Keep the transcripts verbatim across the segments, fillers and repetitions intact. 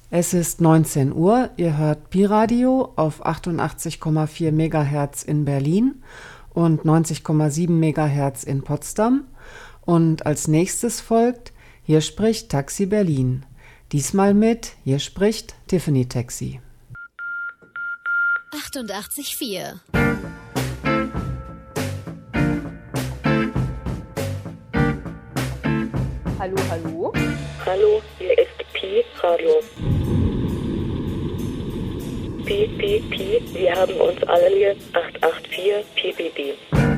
Es ist neunzehn Uhr, ihr hört Pi-Radio auf achtundachtzig Komma vier Megahertz in Berlin und neunzig Komma sieben Megahertz in Potsdam. Und als nächstes folgt Hier spricht Taxi Berlin. Diesmal mit Hier spricht Tiffany Taxi. achtundachtzig Komma vier Hallo, hallo. Hallo, hier ist Pi-Radio. Pi, Pi, Pi, wir haben uns alle hier. acht acht vier, Pi, Pi, Pi.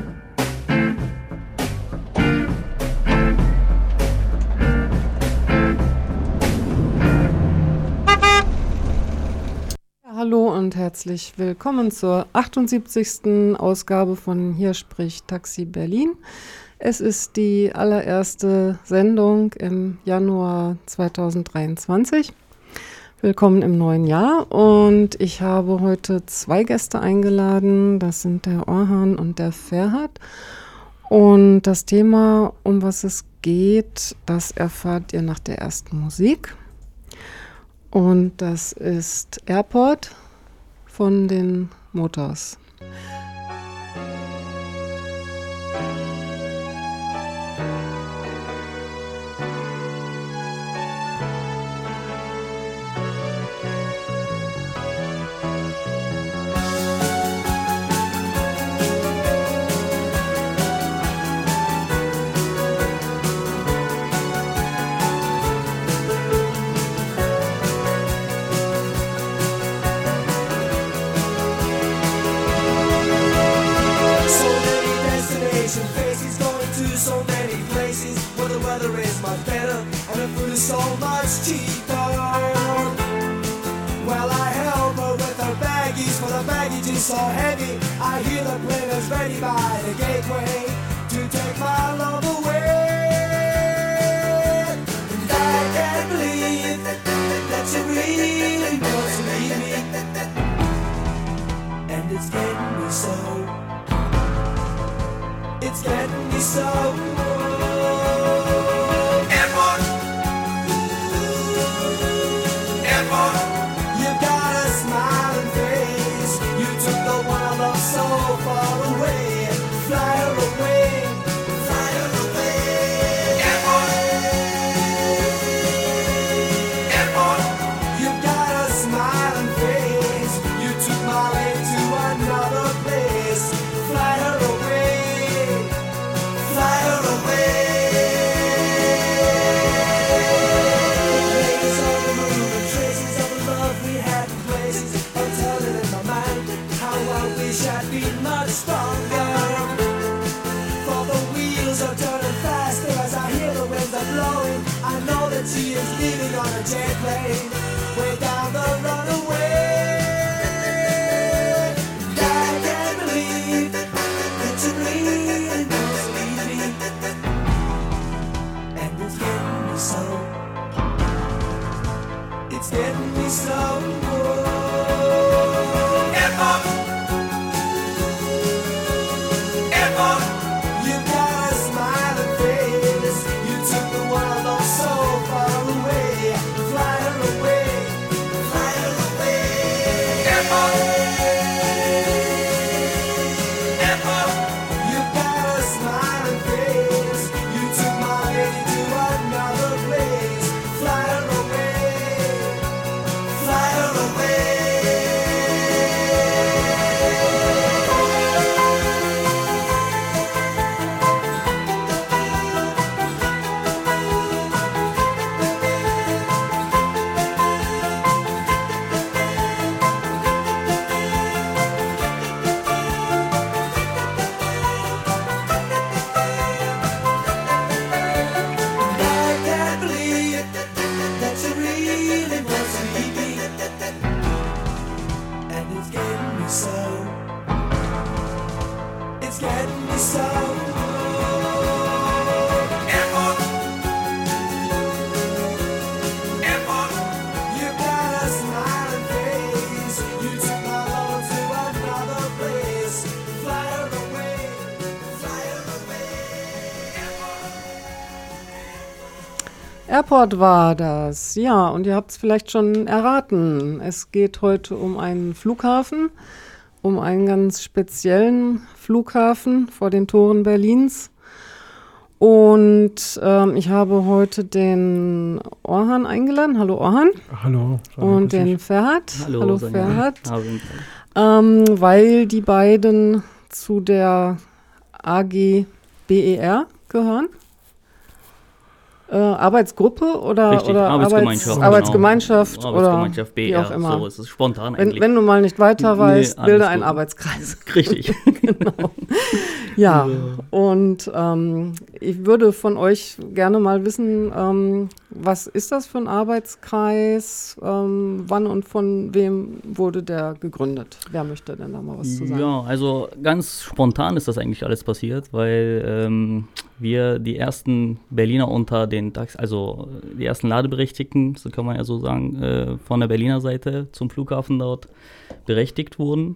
Hallo und herzlich willkommen zur achtundsiebzigsten Ausgabe von Hier spricht Taxi Berlin. Es ist die allererste Sendung im Januar zweitausenddreiundzwanzig. Willkommen im neuen Jahr und ich habe heute zwei Gäste eingeladen. Das sind der Orhan und der Ferhat. Und das Thema, um was es geht, das erfahrt ihr nach der ersten Musik. Und das ist Airport von den Motors. So heavy, I hear the players ready by the gateway to take my love away. And I can't believe that you really want to leave me. And it's getting me so. It's getting me so. Airport. Airport. You got a smiling face. You took the one I love so far away. Fly her away, fly her away. Airport, airport. You got a smiling face. You took my way to another place. Fly her away, fly her away. Traces of the moon and traces of the love we had in places. I'm turning in my mind how I wish I'd been much stronger. For the wheels are turning faster as I hear the winds are blowing. I know that she is leaving on a jet plane way down the runaway. And I can't believe that you really want to leave me. And it's getting me so. It's getting me so. Airport. Airport. You got a smiling face. You took the one I love so far away. Fly her away, fly her away. Airport. Airport. You got a smiling face. You took my lady to another place. Fly her away, fly her away. Airport war das. Ja, und ihr habt es vielleicht schon erraten. Es geht heute um einen Flughafen, um einen ganz speziellen Flughafen vor den Toren Berlins. Und ähm, ich habe heute den Orhan eingeladen. Hallo Orhan. Hallo. Und den Ferhat. Hallo, Hallo Sonja. Ferhat. Hallo. Ähm, weil die beiden zu der A G B E R gehören. Äh, Arbeitsgruppe oder, Richtig, oder Arbeitsgemeinschaft, Arbeits, Arbeitsgemeinschaft genau. oder Arbeitsgemeinschaft B E R, wie auch immer. so ist es spontan Wenn, eigentlich. wenn du mal nicht weiter Nee, weißt, alles bilde gut. einen Arbeitskreis. Richtig. Genau. Ja, und ähm, ich würde von euch gerne mal wissen, ähm, was ist das für ein Arbeitskreis? Ähm, wann und von wem wurde der gegründet? Wer möchte denn da mal was zu sagen? Ja, also ganz spontan ist das eigentlich alles passiert, weil ähm, wir die ersten Berliner unter den Tax, also die ersten Ladeberechtigten, so kann man ja so sagen, äh, von der Berliner Seite zum Flughafen dort berechtigt wurden.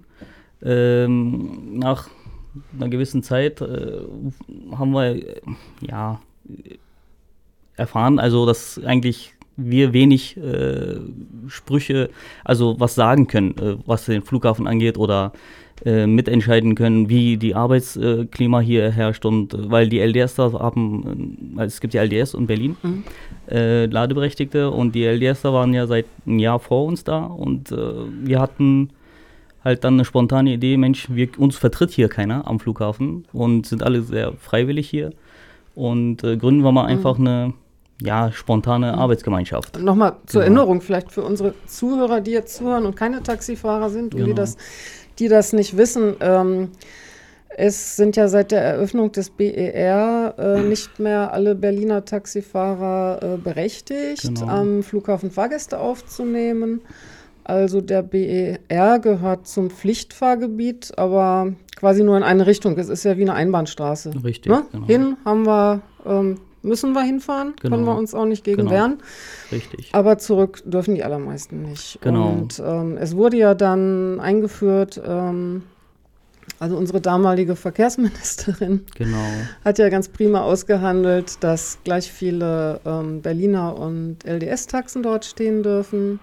Ähm, nach einer gewissen Zeit äh, haben wir äh, ja erfahren, also dass eigentlich wir wenig äh, Sprüche, also was sagen können, äh, was den Flughafen angeht oder äh, mitentscheiden können, wie die Arbeitsklima hier herrscht und äh, weil die L D S da haben, äh, es gibt ja L D S in Berlin, mhm. äh, Ladeberechtigte und die L D S da waren ja seit einem Jahr vor uns da und äh, wir hatten halt dann eine spontane Idee, Mensch, wir, uns vertritt hier keiner am Flughafen und sind alle sehr freiwillig hier und äh, gründen wir mal einfach mhm. eine ja, spontane mhm. Arbeitsgemeinschaft. Nochmal zur genau. Erinnerung vielleicht für unsere Zuhörer, die jetzt zuhören und keine Taxifahrer sind genau. und die das, die das nicht wissen. Ähm, es sind ja seit der Eröffnung des B E R äh, nicht mehr alle Berliner Taxifahrer äh, berechtigt, genau. am Flughafen Fahrgäste aufzunehmen. Also der B E R gehört zum Pflichtfahrgebiet, aber quasi nur in eine Richtung. Es ist ja wie eine Einbahnstraße. Richtig, ne? genau. Hin haben wir, ähm, müssen wir hinfahren, genau. können wir uns auch nicht gegen genau. wehren. Richtig. Aber zurück dürfen die allermeisten nicht. Genau. Und ähm, es wurde ja dann eingeführt, ähm, also unsere damalige Verkehrsministerin genau. hat ja ganz prima ausgehandelt, dass gleich viele ähm, Berliner und L D S-Taxen dort stehen dürfen.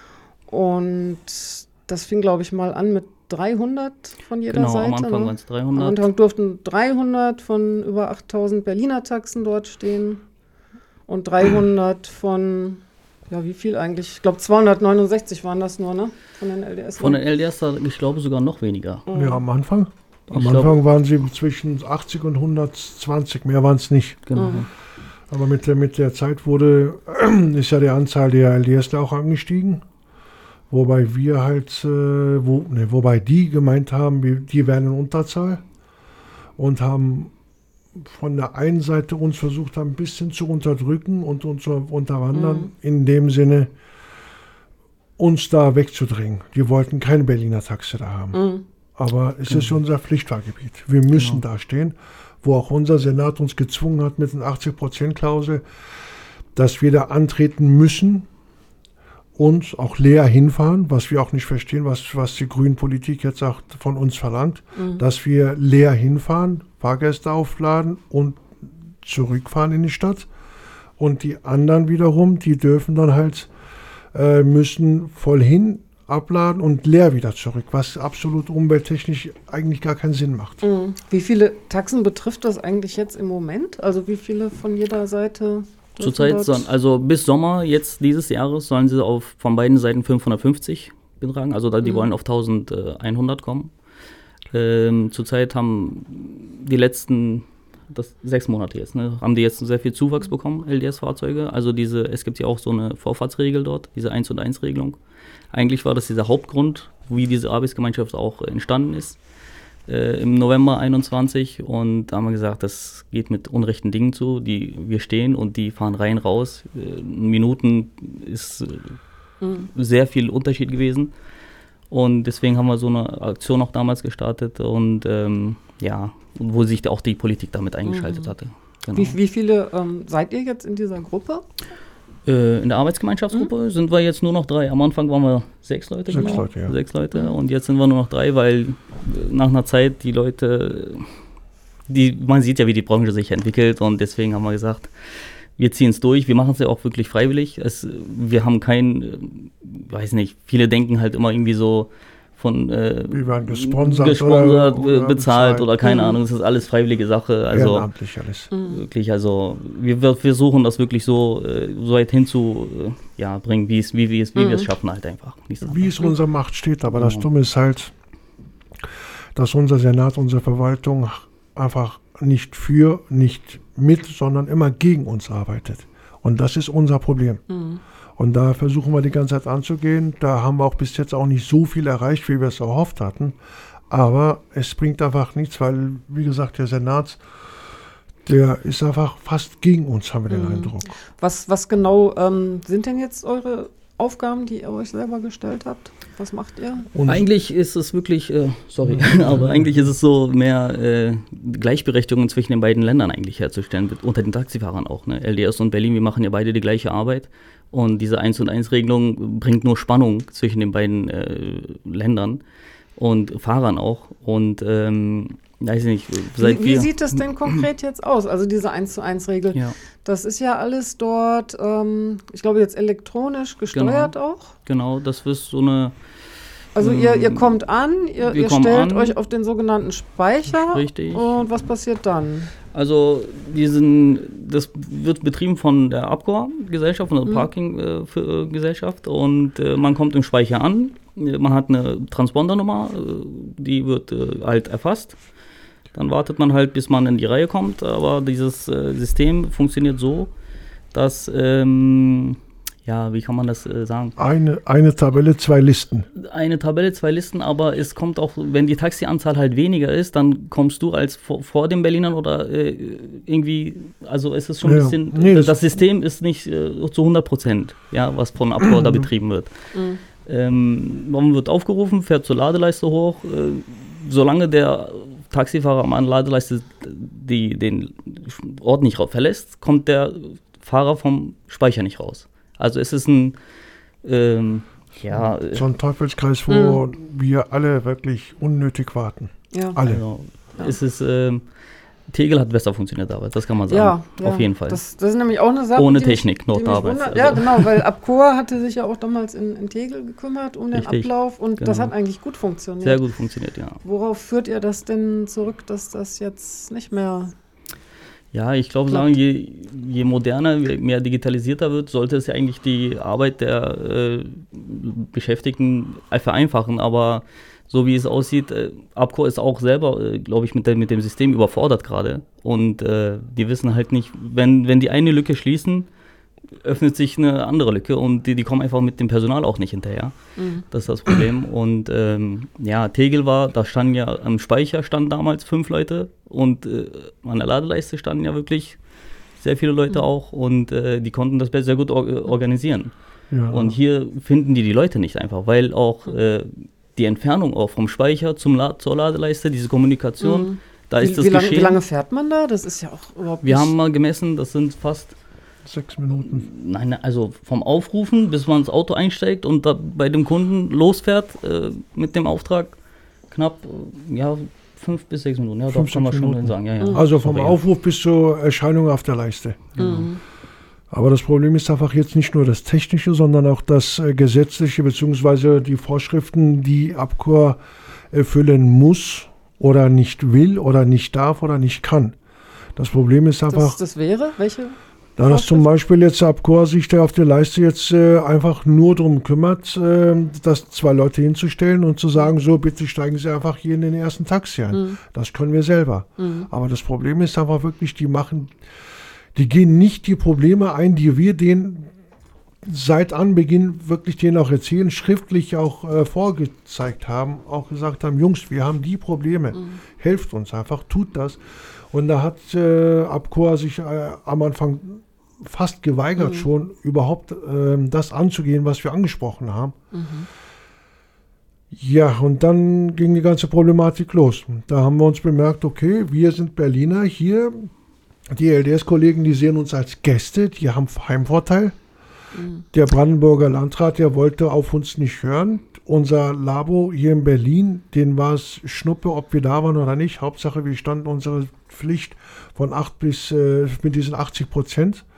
Und das fing, glaube ich, mal an mit dreihundert von jeder genau, Seite. Am Anfang ne? waren es dreihundert. Am Anfang durften dreihundert von über achttausend Berliner Taxen dort stehen und dreihundert von, ja, wie viel eigentlich? Ich glaube, zweihundertneunundsechzig waren das nur, ne? Von den L D S. Von den L D S, ich glaube, sogar noch weniger. Ja, am Anfang. Am Ich Anfang glaub, waren sie zwischen achtzig und hundertzwanzig, mehr waren es nicht. Genau. Mhm. Aber mit der, mit der Zeit wurde, ist ja die Anzahl der L D S da auch angestiegen. Wobei wir halt, äh, wo, ne, wobei die gemeint haben, wir, die wären in Unterzahl und haben von der einen Seite uns versucht, ein bisschen zu unterdrücken und uns zu unterwandern, mhm. in dem Sinne, uns da wegzudrängen. Die wollten keine Berliner Taxi da haben. Mhm. Aber es mhm. ist unser Pflichtfahrgebiet. Wir müssen genau. da stehen, wo auch unser Senat uns gezwungen hat mit den achtzig Prozent Klausel, dass wir da antreten müssen, und auch leer hinfahren, was wir auch nicht verstehen, was, was die Grünen-Politik jetzt auch von uns verlangt, mhm. dass wir leer hinfahren, Fahrgäste aufladen und zurückfahren in die Stadt. Und die anderen wiederum, die dürfen dann halt, äh, müssen voll hin, abladen und leer wieder zurück, was absolut umwelttechnisch eigentlich gar keinen Sinn macht. Mhm. Wie viele Taxen betrifft das eigentlich jetzt im Moment? Also wie viele von jeder Seite? Zurzeit, sollen, also bis Sommer jetzt dieses Jahres sollen sie auf von beiden Seiten fünfhundertfünfzig betragen, also da, die mhm. wollen auf eintausendeinhundert kommen. Ähm, zurzeit haben die letzten, das sechs Monate jetzt, ne, haben die jetzt sehr viel Zuwachs bekommen, L D S-Fahrzeuge. Also diese, es gibt ja auch so eine Vorfahrtsregel dort, diese eins und eins Regelung. Eigentlich war das dieser Hauptgrund, wie diese Arbeitsgemeinschaft auch entstanden ist. Äh, im November einundzwanzig und da haben wir gesagt, das geht mit unrechten Dingen zu, die wir stehen und die fahren rein, raus. Äh, Minuten ist äh, mhm. sehr viel Unterschied gewesen und deswegen haben wir so eine Aktion auch damals gestartet und ähm, ja, wo sich auch die Politik damit eingeschaltet mhm. hatte. Genau. Wie, wie viele ähm, seid ihr jetzt in dieser Gruppe? Äh, in der Arbeitsgemeinschaftsgruppe mhm. sind wir jetzt nur noch drei. Am Anfang waren wir sechs Leute. Sechs genau. Leute, ja. Sechs Leute. Und jetzt sind wir nur noch drei, weil nach einer Zeit die Leute, die, man sieht ja, wie die Branche sich entwickelt und deswegen haben wir gesagt, wir ziehen es durch, wir machen es ja auch wirklich freiwillig. Es, wir haben kein, äh, weiß nicht, viele denken halt immer irgendwie so von äh, Wir werden gesponsert, gesponsert oder, oder bezahlt, bezahlt. oder keine Mhm. Ahnung, es ist alles freiwillige Sache. Also Ehrenamtlich alles. wirklich, also wir, wir versuchen das wirklich so, äh, so weit hinzu äh, ja, bringen, wie es, wie, wie es, wie wir es schaffen halt einfach. Nicht Wie es in unserer Macht steht, aber das Ja. Dumme ist halt, dass unser Senat, unsere Verwaltung einfach nicht für, nicht mit, sondern immer gegen uns arbeitet. Und das ist unser Problem. Und da versuchen wir die ganze Zeit anzugehen. Da haben wir auch bis jetzt auch nicht so viel erreicht, wie wir es erhofft hatten. Aber es bringt einfach nichts, weil, wie gesagt, der Senat, der ist einfach fast gegen uns, haben wir den Eindruck. Was, was genau ähm, sind denn jetzt eure Aufgaben, die ihr euch selber gestellt habt? Was macht ihr? Und Eigentlich ist es wirklich, äh, sorry, aber eigentlich ist es so mehr äh, Gleichberechtigung zwischen den beiden Ländern eigentlich herzustellen, mit- unter den Taxifahrern auch. Ne? L D S und Berlin, wir machen ja beide die gleiche Arbeit und diese eins und eins Regelung bringt nur Spannung zwischen den beiden äh, Ländern und Fahrern auch und ähm, weiß nicht, seit Wie, wie wir... sieht das denn konkret jetzt aus? Also diese eins zu eins Regel. Ja, Das ist ja alles dort, ähm, ich glaube jetzt elektronisch gesteuert auch. genau, das ist so eine... Also ihr, ihr kommt an, ihr, Wir ihr kommen stellt an. euch auf den sogenannten Speicher. Richtig. Und was passiert dann? Also diesen, das wird betrieben von der Abcor-Gesellschaft, von der Parking-Gesellschaft und äh, man kommt im Speicher an, äh, man hat eine Transpondernummer, äh, die wird äh, halt erfasst. Dann wartet man halt, bis man in die Reihe kommt, aber dieses äh, System funktioniert so, dass, ähm, ja, wie kann man das äh, sagen? eine, eine Tabelle, zwei Listen. Eine Tabelle, zwei Listen, aber es kommt auch, wenn die Taxianzahl halt weniger ist, dann kommst du als vor, vor den Berlinern oder äh, irgendwie, also es ist schon ein Ja, bisschen, nee, das, das- System ist nicht äh, zu hundert Prozent, ja, was von Abcor da betrieben wird. Mhm. Ähm, man wird aufgerufen, fährt zur Ladeleiste hoch, äh, solange der Taxifahrer am Ladeleiste die, den Ort nicht ra- verlässt, kommt der Fahrer vom Speicher nicht raus. Also es ist ein, ähm, ja, äh, So ein Teufelskreis, wo wir alle wirklich unnötig warten. Ja. Alle. also, Ja. es ist, ähm, Tegel hat besser funktioniert damals, das kann man sagen. Ja, ja, auf jeden Fall. Das, das ist nämlich auch eine Sache. Ohne die mich- Technik, nur die mich damals, wundert. also. Ja, genau, weil Abcor hatte sich ja auch damals in, in Tegel gekümmert um den Richtig, Ablauf und das genau. hat eigentlich gut funktioniert. Sehr gut funktioniert, ja. Worauf führt ihr das denn zurück, dass das jetzt nicht mehr. Ja, ich glaube, Klappt. sagen, je, je moderner, je mehr digitalisierter wird, sollte es ja eigentlich die Arbeit der äh, Beschäftigten vereinfachen. Aber so wie es aussieht, äh, Abcor ist auch selber, äh, glaube ich, mit, der, mit dem System überfordert gerade. Und äh, die wissen halt nicht, wenn, wenn die eine Lücke schließen, öffnet sich eine andere Lücke und die, die kommen einfach mit dem Personal auch nicht hinterher. Mhm. Das ist das Problem. Und ähm, ja, Tegel war, da standen ja am Speicher standen damals fünf Leute und äh, an der Ladeleiste standen ja wirklich sehr viele Leute auch und äh, die konnten das sehr gut or organisieren. Ja. Und hier finden die die Leute nicht einfach, weil auch äh, die Entfernung auch vom Speicher zum La zur Ladeleiste, diese Kommunikation, Mhm. da Wie, ist das wie, lang, geschehen. wie lange fährt man da? Das ist ja auch überhaupt Wir nicht. haben mal gemessen, das sind fast Sechs Minuten. Nein, also vom Aufrufen, bis man ins Auto einsteigt und da bei dem Kunden losfährt äh, mit dem Auftrag, knapp äh, ja, fünf bis sechs Minuten. Ja, doch, Fünf, kann man sechs schon Minuten. sagen. Ja, ja. Also vom Aber ja. Aufruf bis zur Erscheinung auf der Leiste. Mhm. Aber das Problem ist einfach jetzt nicht nur das Technische, sondern auch das äh, Gesetzliche bzw. die Vorschriften, die Abcor erfüllen muss oder nicht will oder nicht darf oder nicht kann. Das Problem ist einfach, Das, das wäre? Welche? da das zum Beispiel jetzt Abcor sich da auf der Leiste jetzt äh, einfach nur darum kümmert, äh, das zwei Leute hinzustellen und zu sagen, so bitte steigen Sie einfach hier in den ersten Taxi ein. Mhm. Das können wir selber. Mhm. Aber das Problem ist einfach wirklich, die machen, die gehen nicht die Probleme ein, die wir denen seit Anbeginn wirklich denen auch erzählen, schriftlich auch äh, vorgezeigt haben, auch gesagt haben, Jungs, wir haben die Probleme, helft uns einfach, tut das. Und da hat äh, Abcor sich äh, am Anfang fast geweigert schon, überhaupt ähm, das anzugehen, was wir angesprochen haben. Ja, und dann ging die ganze Problematik los. Da haben wir uns bemerkt, okay, wir sind Berliner hier, die L D S-Kollegen, die sehen uns als Gäste, die haben Heimvorteil. Der Brandenburger Landrat, der wollte auf uns nicht hören. Unser Labo hier in Berlin, den war es Schnuppe, ob wir da waren oder nicht. Hauptsache, wir standen unsere Pflicht von acht bis äh, mit diesen achtzig Prozent.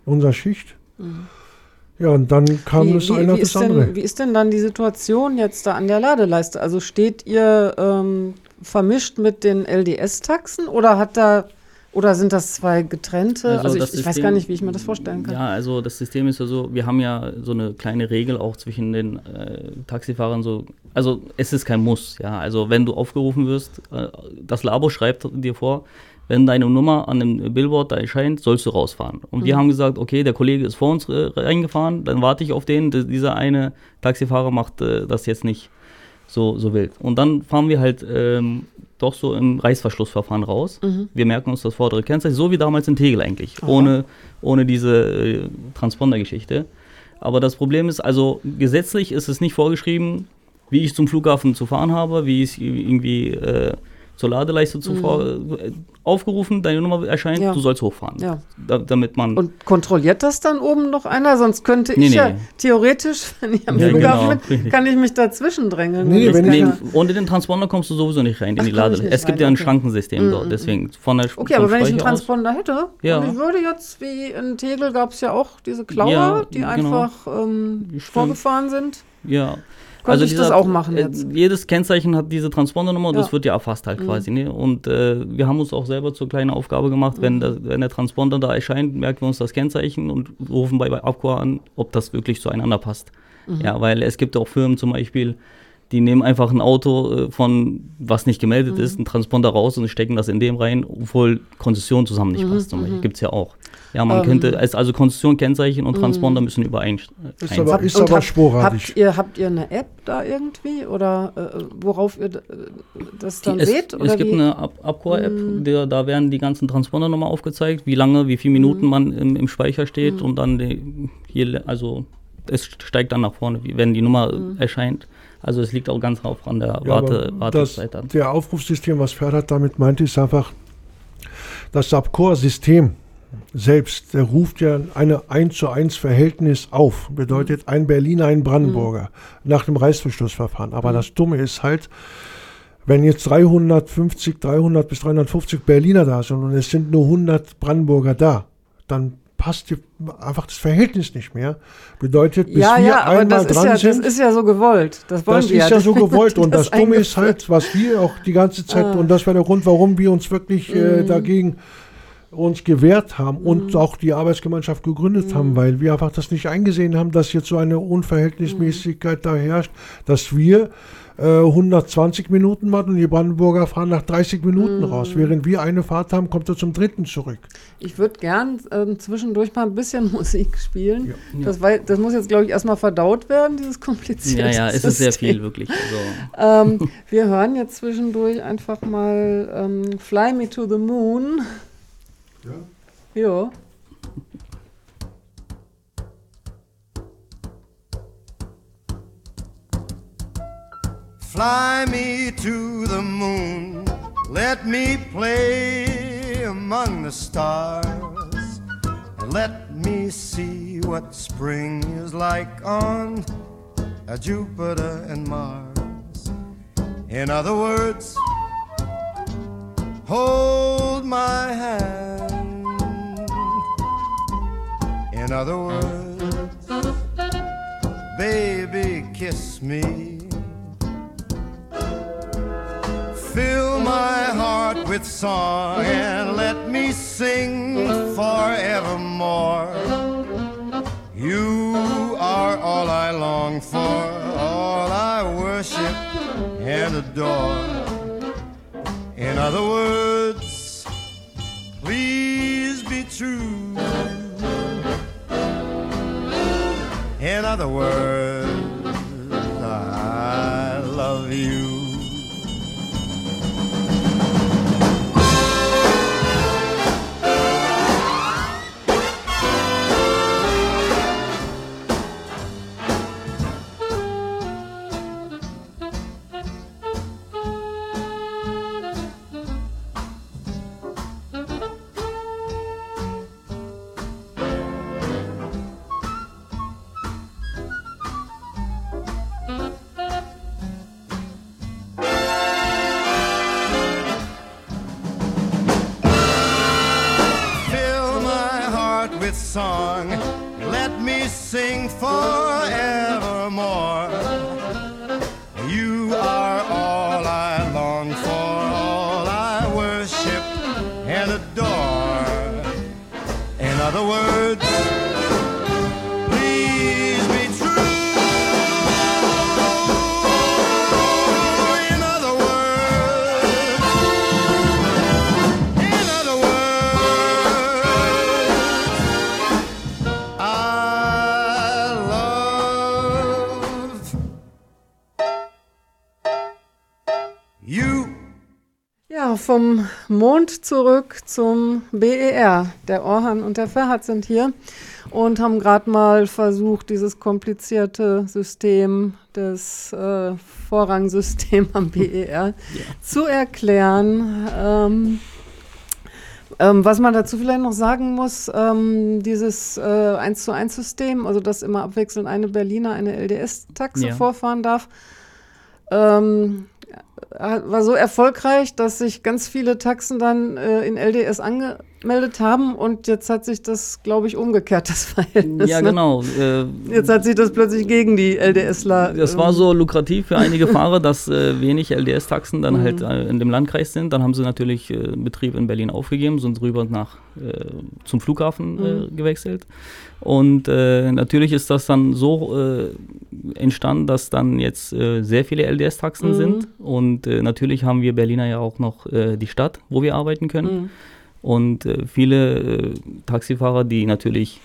unserer Schicht. Mhm. Ja, und dann kam Wie, das wie, eine wie, das ist andere. denn, wie ist denn dann die Situation jetzt da an der Ladeleiste? Also steht ihr ähm, vermischt mit den L D S-Taxen oder hat da oder sind das zwei getrennte? Also, also ich, das ich weiß System- gar nicht, wie ich mir das vorstellen kann. Ja, also das System ist ja so, wir haben ja so eine kleine Regel auch zwischen den äh, Taxifahrern so, also es ist kein Muss, ja, also wenn du aufgerufen wirst, äh, das Labo schreibt dir vor, wenn deine Nummer an einem Billboard da erscheint, sollst du rausfahren. Und wir Mhm. haben gesagt, okay, der Kollege ist vor uns äh, reingefahren, dann warte ich auf den, D- dieser eine Taxifahrer macht äh, das jetzt nicht so, so wild. Und dann fahren wir halt ähm, doch so im Reißverschlussverfahren raus. Mhm. Wir merken uns das vordere Kennzeichen, so wie damals in Tegel eigentlich, Aha. ohne, ohne diese äh, Transponder-Geschichte. Aber das Problem ist, also gesetzlich ist es nicht vorgeschrieben, wie ich zum Flughafen zu fahren habe, wie ich irgendwie äh, zur Ladeleiste zu Mhm. fahr- äh, aufgerufen, deine Nummer erscheint, Ja. du sollst hochfahren. Ja. Da, damit man... Und kontrolliert das dann oben noch einer? Sonst könnte Nee, ich nee. ja theoretisch, wenn ich am Ja, Flughafen genau, bin, richtig. kann ich mich dazwischen drängeln. Nee, Das wenn kann ich- Nee, ja- ohne den Transponder kommst du sowieso nicht rein in Ach, die komm ich Ladeleiste. nicht Es gibt rein, ja ein okay. Schrankensystem Mhm, dort, mhm. deswegen von der Okay, aber vom wenn ich einen Speicher aus- Transponder hätte, Ja. und ich würde jetzt, wie in Tegel gab es ja auch diese Klauer, Ja, die genau. einfach ähm, Stimmt. vorgefahren sind. Ja. Könnte ich das auch machen äh, jetzt? Jedes Kennzeichen hat diese Transpondernummer und Ja. das wird ja erfasst halt Mhm. quasi. Ne? Und äh, wir haben uns auch selber zur kleinen Aufgabe gemacht, wenn, Mhm. der, wenn der Transponder da erscheint, merken wir uns das Kennzeichen und rufen bei, bei Abqua an, ob das wirklich zueinander passt. Mhm. Ja, weil es gibt auch Firmen zum Beispiel, die nehmen einfach ein Auto äh, von, was nicht gemeldet Mhm. ist, einen Transponder raus und stecken das in dem rein, obwohl Konzession zusammen nicht Mhm, passt. Zum Beispiel. mhm. Gibt es ja auch. Ja, man Ähm. könnte, es- also Konzession, Kennzeichen und Mhm. Transponder müssen übereinsch- Ist eins aber- sein. ist Und aber habt- sporadisch. Habt ihr, habt ihr eine App da irgendwie oder äh, worauf ihr äh, das dann Die, es, seht? Oder es gibt wie? eine Ab- Abqua-App, Mhm. der, da werden die ganzen Transponder nochmal aufgezeigt, wie lange, wie viele Minuten Mhm. man im, im Speicher steht Mhm. und dann die, hier, also es steigt dann nach vorne, wie- wenn die Nummer Mhm. erscheint. Also es liegt auch ganz drauf an der Ja, Warte, aber Wartezeit das, dann. der Aufrufsystem, was Ferhat damit meinte, ist einfach, das Subcore-System selbst, der ruft ja eine eins zu eins Verhältnis auf. Bedeutet ein Berliner, ein Brandenburger nach dem Reißverschlussverfahren. Aber Mhm. das Dumme ist halt, wenn jetzt dreihundertfünfzig, dreihundert bis dreihundertfünfzig Berliner da sind und es sind nur hundert Brandenburger da, dann passt die, einfach das Verhältnis nicht mehr. Bedeutet, bis ja, wir ja, aber einmal das ist dran ja, sind, das ist ja so gewollt. Das wollen das wir ist ja so gewollt und das, Dumme ist eingeführt. halt, was wir auch die ganze Zeit, Ah. und das war der Grund, warum wir uns wirklich äh, Mhm. dagegen uns gewehrt haben und Mhm. auch die Arbeitsgemeinschaft gegründet Mhm. haben, weil wir einfach das nicht eingesehen haben, dass jetzt so eine Unverhältnismäßigkeit da herrscht, dass wir äh, hundertzwanzig Minuten machen und die Brandenburger fahren nach dreißig Minuten Mhm. raus. Während wir eine Fahrt haben, kommt er zum dritten zurück. Ich würde gern ähm, zwischendurch mal ein bisschen Musik spielen. Ja. Das, wei- das muss jetzt, glaube ich, erstmal verdaut werden, dieses komplizierte Ja, ja, es ist sehr System. viel, wirklich. Also, Ähm, wir hören jetzt zwischendurch einfach mal ähm, Fly Me to the Moon. Ja. Ja. Fly me to the moon, let me play among the stars, and let me see what spring is like on uh, Jupiter and Mars. In other words, hold my hand. In other words, baby, kiss me. Fill my heart with song and let me sing forevermore. You are all I long for, all I worship and adore. In other words, please be true. In other words, I love you. sing forevermore. You are all I long for, all I worship and adore. In other words, please be true. In other words, in other words, I love you. Ja, vom Mond zurück zum B E R. Der Orhan und der Ferhat sind hier und haben gerade mal versucht, dieses komplizierte System, das äh, Vorrangsystem am B E R ja. zu erklären. Ähm, ähm, was man dazu vielleicht noch sagen muss, ähm, dieses äh, eins zu eins System, also dass immer abwechselnd eine Berliner, eine L D S-Taxe Ja. vorfahren darf, ähm, war so erfolgreich, dass sich ganz viele Taxen dann äh, in L D S angemeldet haben und jetzt hat sich das, glaube ich, umgekehrt, das Verhältnis. Ja, ne? genau. Äh, Jetzt hat sich das plötzlich gegen die LDSler. Das war so lukrativ für einige Fahrer, dass äh, wenig L D S-Taxen dann Mhm. halt äh, in dem Landkreis sind. Dann haben sie natürlich äh, Betrieb in Berlin aufgegeben, sind rüber nach, äh, zum Flughafen äh, Mhm. gewechselt. Und äh, natürlich ist das dann so äh, entstanden, dass dann jetzt äh, sehr viele L D S-Taxen Mhm. sind. Und äh, natürlich haben wir Berliner ja auch noch äh, die Stadt, wo wir arbeiten können. Mhm. Und äh, viele äh, Taxifahrer, die natürlich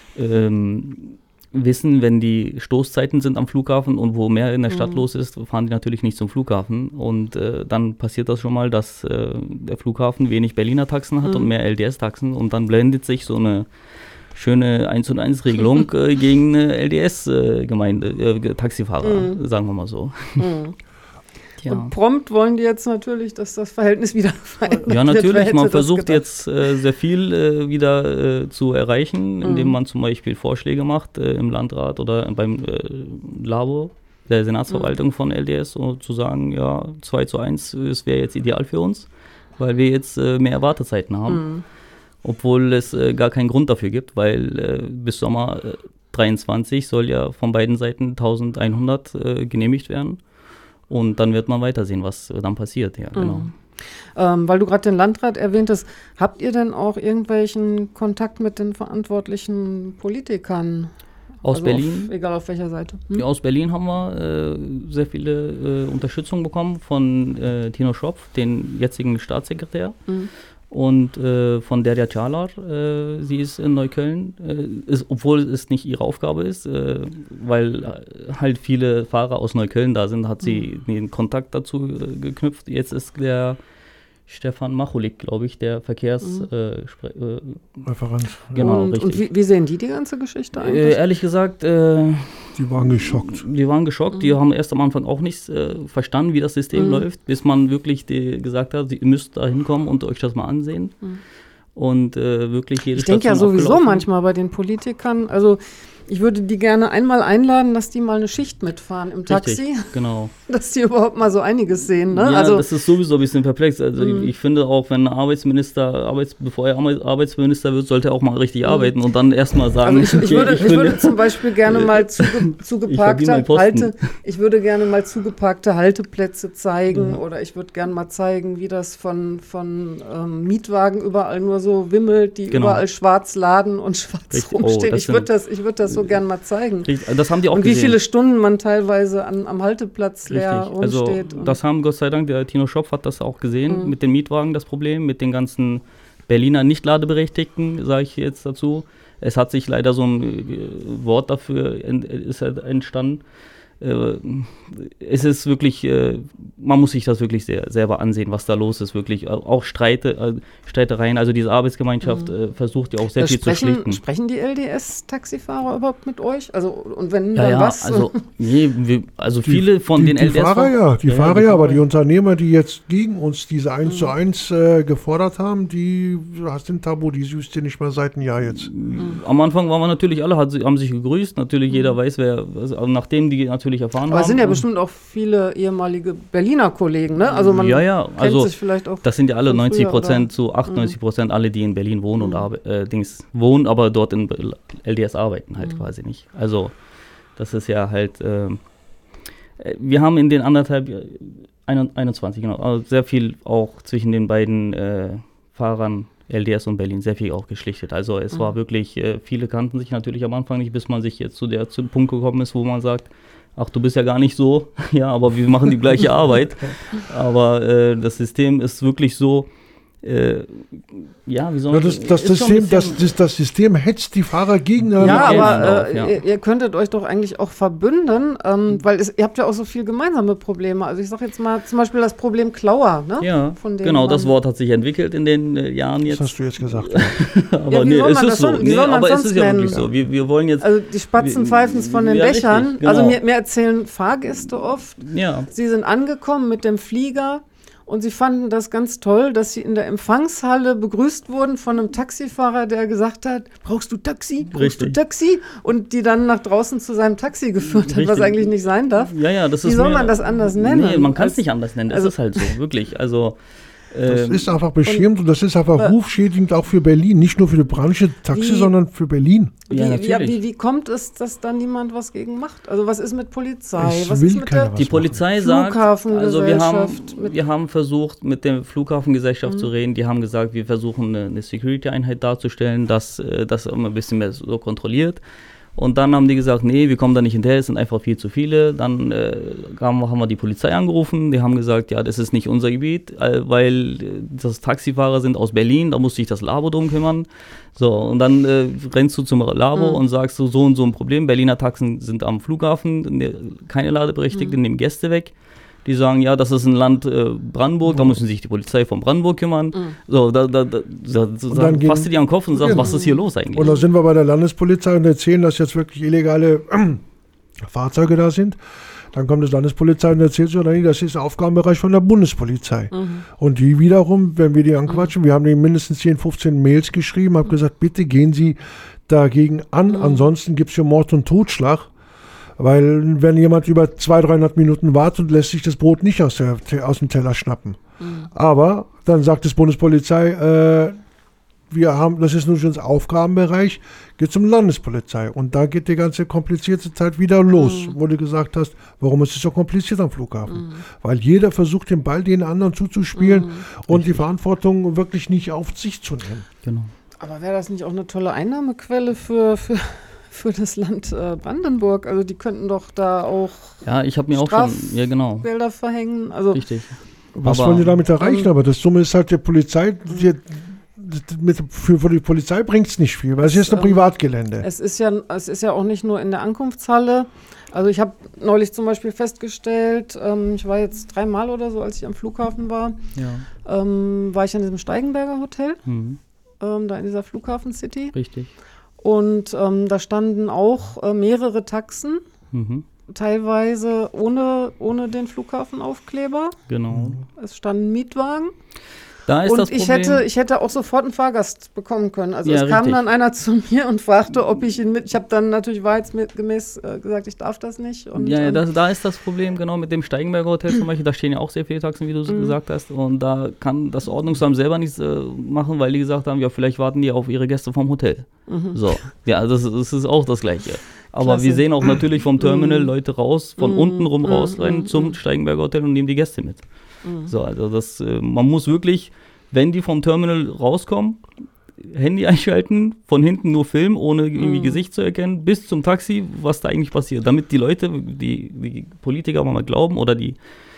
ähm, wissen, wenn die Stoßzeiten sind am Flughafen und wo mehr in der Stadt Mhm. los ist, fahren die natürlich nicht zum Flughafen. Und äh, dann passiert das schon mal, dass äh, der Flughafen wenig Berliner Taxen hat Mhm. und mehr L D S-Taxen. Und dann blendet sich so eine schöne eins zu eins Regelung äh, gegen eine L D S-Gemeinde, äh, Taxifahrer, Mhm. sagen wir mal so. Mhm. Ja. Und prompt wollen die jetzt natürlich, dass das Verhältnis wieder verändert Ja, wird. Wer natürlich. hätte Man das versucht gedacht? jetzt äh, sehr viel äh, wieder äh, zu erreichen, indem Mhm. man zum Beispiel Vorschläge macht äh, im Landrat oder beim äh, Labo, der Senatsverwaltung Mhm. von L D S, um zu sagen, ja, zwei zu eins, es wäre jetzt ideal für uns, weil wir jetzt äh, mehr Wartezeiten haben. Mhm. Obwohl es äh, gar keinen Grund dafür gibt, weil äh, bis Sommer äh, dreiundzwanzig soll ja von beiden Seiten eintausendeinhundert äh, genehmigt werden. Und dann wird man weitersehen, was äh, dann passiert. Ja, genau. Mhm. Ähm, weil du gerade den Landrat erwähntest, habt ihr denn auch irgendwelchen Kontakt mit den verantwortlichen Politikern? Aus Also Berlin? Auf, egal auf welcher Seite. Hm? Ja, aus Berlin haben wir äh, sehr viele äh, Unterstützung bekommen von äh, Tino Schopf, den jetzigen Staatssekretär. Mhm. Und äh, von Derya Çağlar, äh, sie ist in Neukölln, äh, ist, obwohl es nicht ihre Aufgabe ist, äh, weil äh, halt viele Fahrer aus Neukölln da sind, hat sie den Kontakt dazu äh, geknüpft. Jetzt ist der Stefan Machulik, glaube ich, der Verkehrs... Mhm. Äh, Spre- äh, Referent. genau, und, richtig. und wie, wie sehen die die ganze Geschichte äh, eigentlich? ehrlich gesagt... Äh, Die waren geschockt. Die waren geschockt, die haben erst am Anfang auch nicht äh, verstanden, wie das System Mhm. läuft, bis man wirklich die, gesagt hat, ihr müsst da hinkommen und euch das mal ansehen. Mhm. Und äh, wirklich jede Ich denke ja Station sowieso abgelaufen. manchmal bei den Politikern, also ich würde die gerne einmal einladen, dass die mal eine Schicht mitfahren im Taxi, Richtig, genau. dass die überhaupt mal so einiges sehen. Ne? Ja, also, das ist sowieso ein bisschen perplex. Also Mhm. ich, ich finde auch, wenn ein Arbeitsminister, Arbeits, bevor er Arbe- Arbeitsminister wird, sollte er auch mal richtig Mhm. arbeiten und dann erstmal sagen, also ich, ich, okay, würde, ich bin würde jetzt- zum Beispiel gerne mal zuge, verdiene zugeparkte meinen Posten. Halte, ich würde gerne mal zugeparkte Halteplätze zeigen Mhm. oder ich würde gerne mal zeigen, wie das von, von ähm, Mietwagen überall nur so wimmelt, die Genau. überall schwarz laden und schwarz Richtig. Oh, rumstehen. das ich würde sind- das, ich würde das so gerne mal zeigen. Richtig, das haben die auch Und wie gesehen. viele Stunden man teilweise an, am Halteplatz leer Richtig. Also rumsteht. und- das haben Gott sei Dank, der Tino Schopf hat das auch gesehen, Mhm. mit den Mietwagen das Problem, mit den ganzen Berliner Nicht-Ladeberechtigten, sage ich jetzt dazu. Es hat sich leider so ein äh, Wort dafür ent, ist halt entstanden. Äh, es ist wirklich, äh, man muss sich das wirklich sehr, selber ansehen, was da los ist, wirklich. Auch Streite, äh, Streitereien, also diese Arbeitsgemeinschaft Mhm. äh, versucht ja auch sehr Da viel zu sprechen, schlichten. sprechen die L D S-Taxifahrer überhaupt mit euch? Also, und wenn, Ja, dann ja, was? also, nee, wir, also Die- viele von die, den die L D S Fahrer ja, die Ja, Fahrer die ja, aber Fahrer. die Unternehmer, die jetzt gegen uns diese eins zu eins äh, gefordert haben, die hast den Tabu, die süßt dir nicht mal seit einem Jahr jetzt. Am Anfang waren wir natürlich alle, hat, haben sich gegrüßt, natürlich jeder weiß, wer, also nachdem die natürlich natürlich erfahren Aber haben. es sind ja Und- bestimmt auch viele ehemalige Berliner Kollegen, ne? Also man ja, ja, kennt also sich vielleicht auch. das sind ja alle von neunzig früher, Prozent oder? zu achtundneunzig Prozent alle, die in Berlin wohnen und Mhm. arbe- äh, Dings wohnen, aber dort in L D S arbeiten halt Mhm. quasi nicht. Also das ist ja halt, ähm, äh, wir haben in den anderthalb, äh, einundzwanzig, genau, also sehr viel auch zwischen den beiden äh, Fahrern L D S und Berlin sehr viel auch geschlichtet. Also es Mhm. war wirklich, äh, viele kannten sich natürlich am Anfang nicht, bis man sich jetzt zu der zu dem Punkt gekommen ist, wo man sagt, ach, du bist ja gar nicht so, ja, aber wir machen die gleiche Arbeit. Aber äh, das System ist wirklich so, äh, ja, wie soll Ja, man das, das, ist schon ein System, das, bisschen- das, das System hetzt die Fahrer gegeneinander. Ja, Geld aber drauf, äh, ja. Ihr, ihr könntet euch doch eigentlich auch verbünden, ähm, weil es, ihr habt ja auch so viel gemeinsame Probleme. Also ich sag jetzt mal zum Beispiel das Problem Klauer, ne? Ja, Von dem genau, das man- Wort hat sich entwickelt in den äh, Jahren Das jetzt. hast du jetzt gesagt. aber Ja, wie nee, soll es man ist das so. son- wie Nee, soll man aber es sonst ist ja wirklich nennen? so. Wir, wir wollen jetzt, Also die Spatzen Wir- pfeifen es von den ja, Dächern. richtig, Also genau. mir, mir erzählen Fahrgäste oft, ja, sie sind angekommen mit dem Flieger und sie fanden das ganz toll, dass sie in der Empfangshalle begrüßt wurden von einem Taxifahrer, der gesagt hat, brauchst du Taxi? Brauchst Richtig. du Taxi? Und die dann nach draußen zu seinem Taxi geführt hat, was Richtig. eigentlich nicht sein darf. ja, ja, das Wie ist soll mehr- man das anders nennen? Nee, man kann es Als- nicht anders nennen. also- es ist halt so, wirklich. Also, Das ähm, ist einfach beschämend und das ist einfach Äh, rufschädigend auch für Berlin. Nicht nur für die Branche Taxi, Wie- sondern für Berlin. Wie, Ja, wie, natürlich. wie, wie kommt es, dass da niemand was gegen macht? Also was ist mit Polizei? Es was will ist mit keiner der was Die machen. Polizei sagt, also wir haben, Flughafengesellschaft mit- wir haben versucht, mit der Flughafengesellschaft Mhm. zu reden. Die haben gesagt, wir versuchen eine, eine Security-Einheit darzustellen, dass äh, das immer ein bisschen mehr so kontrolliert. Und dann haben die gesagt, nee, wir kommen da nicht hinterher, es sind einfach viel zu viele. Dann äh, haben, haben wir die Polizei angerufen, die haben gesagt, ja, das ist nicht unser Gebiet, äh, weil äh, das Taxifahrer sind aus Berlin, da muss sich das Labo drum kümmern. So, und dann äh, rennst du zum Labo Mhm. und sagst so, so und so ein Problem, Berliner Taxen sind am Flughafen, ne, keine Ladeberechtigten, Mhm. nehmen Gäste weg. Die sagen, ja, das ist ein Land äh, Brandenburg, da müssen sich die Polizei von Brandenburg kümmern. Mhm. So, da, da, da, da so, dann gehen- fasst du dir an den Kopf und sagst, Genau. was ist hier los eigentlich? Und da sind wir bei der Landespolizei und erzählen, dass jetzt wirklich illegale ähm, Fahrzeuge da sind. Dann kommt das Landespolizei und erzählt so, nee, das ist Aufgabenbereich von der Bundespolizei. Mhm. Und die wiederum, wenn wir die anquatschen, wir haben denen mindestens zehn, fünfzehn Mails geschrieben, haben gesagt, bitte gehen Sie dagegen an, ansonsten gibt es hier Mord und Totschlag. Weil wenn jemand über zweihundert, dreihundert Minuten wartet, lässt sich das Brot nicht aus, der, aus dem Teller schnappen. Aber dann sagt das Bundespolizei, äh, wir haben, das ist nun schon das Aufgabenbereich, geht zum Landespolizei. Und da geht die ganze komplizierte Zeit wieder los, wo du gesagt hast, warum ist es so kompliziert am Flughafen? Weil jeder versucht, den Ball den anderen zuzuspielen und die Verantwortung wirklich nicht auf sich zu nehmen. Genau. Aber wäre das nicht auch eine tolle Einnahmequelle für, für, für das Land äh, Brandenburg? Also die könnten doch da auch Ja, ich habe mir auch schon, Straf- ja genau, Gelder verhängen. Also richtig. Was Aber- wollen die damit erreichen? ähm, Aber das Summe ist halt der Polizei, die, die, mit, für, für die Polizei bringt es nicht viel, weil es ist ein Ähm, Privatgelände. es ist ja, es ist ja auch nicht nur in der Ankunftshalle. Also ich habe neulich zum Beispiel festgestellt, ähm, ich war jetzt dreimal oder so, als ich am Flughafen war, Ja, ähm, war ich an diesem Steigenberger Hotel, mhm. ähm, da in dieser Flughafen-City. richtig. Und ähm, da standen auch äh, mehrere Taxen, Mhm. teilweise ohne, ohne den Flughafenaufkleber. Genau. Es standen Mietwagen. Da ist Und das ich Problem. hätte, ich hätte auch sofort einen Fahrgast bekommen können. Also Ja, es kam richtig. dann einer zu mir und fragte, ob ich ihn mit. Ich habe dann natürlich wahrheitsgemäß äh, gesagt, ich darf das nicht. Und, ja, ja ähm, das, da ist das Problem, genau, mit dem Steigenberger Hotel zum Beispiel, da stehen ja auch sehr viele Taxen, wie du Mhm. gesagt hast, und da kann das Ordnungsamt selber nichts äh, machen, weil die gesagt haben, ja, vielleicht warten die auf ihre Gäste vom Hotel. So, ja, das, das ist auch das Gleiche. Aber Mhm. Klasse. wir sehen auch natürlich vom Terminal Mhm. Leute raus, von Mhm. unten rum Mhm. rausrennen Mhm. zum Steigenberger Hotel und nehmen die Gäste mit. Mhm. So, also das, äh, man muss wirklich, wenn die vom Terminal rauskommen, Handy einschalten, von hinten nur filmen, ohne irgendwie Mhm. Gesicht zu erkennen, bis zum Taxi, was da eigentlich passiert. Damit die Leute, die, die Politiker mal glauben oder die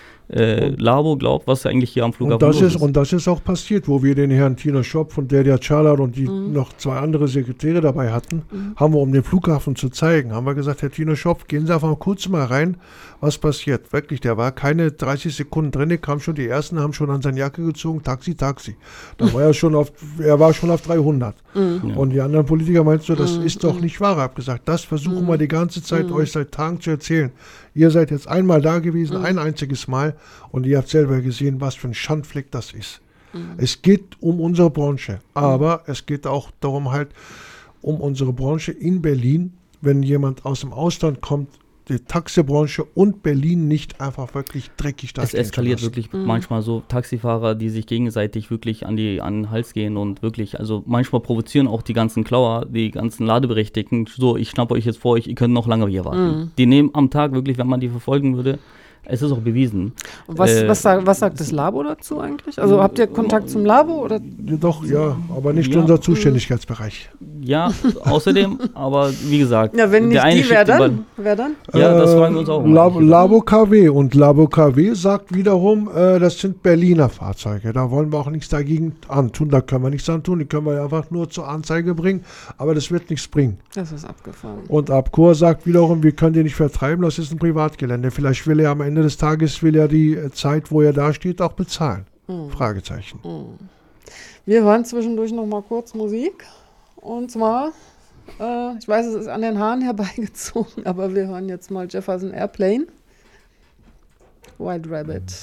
äh, Labo glaubt, was eigentlich hier am Flughafen Und das, los ist, und das ist auch passiert, wo wir den Herrn Tina Schopp und Delia Chalat und die Mhm. noch zwei andere Sekretäre dabei hatten, haben wir, um den Flughafen zu zeigen, haben wir gesagt, Herr Tina Schopp, gehen Sie einfach kurz mal rein, was passiert. Wirklich, der war keine dreißig Sekunden drin, kam schon, die ersten haben schon an seine Jacke gezogen, Taxi, Taxi. Da war er schon auf, er war schon auf dreihundert. Ja. Und die anderen Politiker meinten so, das Mhm. ist doch nicht wahr. Ich habe gesagt, das versuchen Mhm. wir die ganze Zeit Mhm. euch seit Tagen zu erzählen. Ihr seid jetzt einmal da gewesen, Mhm. ein einziges Mal, und ihr habt selber gesehen, was für ein Schandfleck das ist. Es geht um unsere Branche, aber es geht auch darum halt, um unsere Branche in Berlin. Wenn jemand aus dem Ausland kommt, die Taxibranche und Berlin nicht einfach wirklich dreckig da Es stehen zu eskaliert lassen. wirklich Mhm. manchmal so Taxifahrer, die sich gegenseitig wirklich an, die, an den Hals gehen und wirklich, also manchmal provozieren auch die ganzen Klauer, die ganzen Ladeberechtigten, so, ich schnappe euch jetzt vor euch, ihr könnt noch lange hier warten. Mhm. Die nehmen am Tag wirklich, wenn man die verfolgen würde, es ist auch bewiesen. Und was, Äh, was, sagt, was sagt das Labo dazu eigentlich? Also habt ihr Kontakt zum Labo? Oder? Ja, doch, ja, aber nicht Ja. unser Zuständigkeitsbereich. Ja, außerdem, aber wie gesagt, Ja, wenn nicht der eine die, wer schickt über- dann? Wer dann? Ja, das fragen wir uns auch. Lab, mal. Labo K W und Labo K W sagt wiederum, äh, das sind Berliner Fahrzeuge. Da wollen wir auch nichts dagegen antun. Da können wir nichts antun. Die können wir einfach nur zur Anzeige bringen. Aber das wird nichts bringen. Das ist abgefahren. Und Abkur sagt wiederum, wir können die nicht vertreiben. Das ist ein Privatgelände. Vielleicht will er am Ende des Tages will er die äh, Zeit, wo er da steht, auch bezahlen. Mhm. Fragezeichen. Wir hören zwischendurch noch mal kurz Musik. Und zwar, äh, ich weiß, es ist an den Haaren herbeigezogen, aber wir hören jetzt mal Jefferson Airplane. White Rabbit.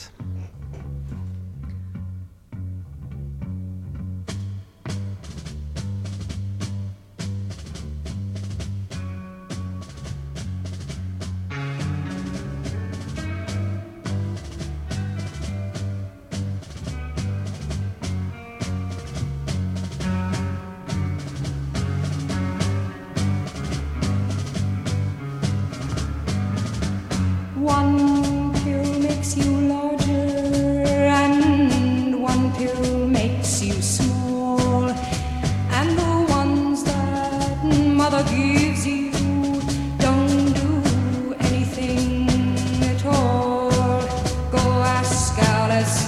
One pill makes you larger, and one pill makes you small. And the ones that mother gives you don't do anything at all. Go ask Alice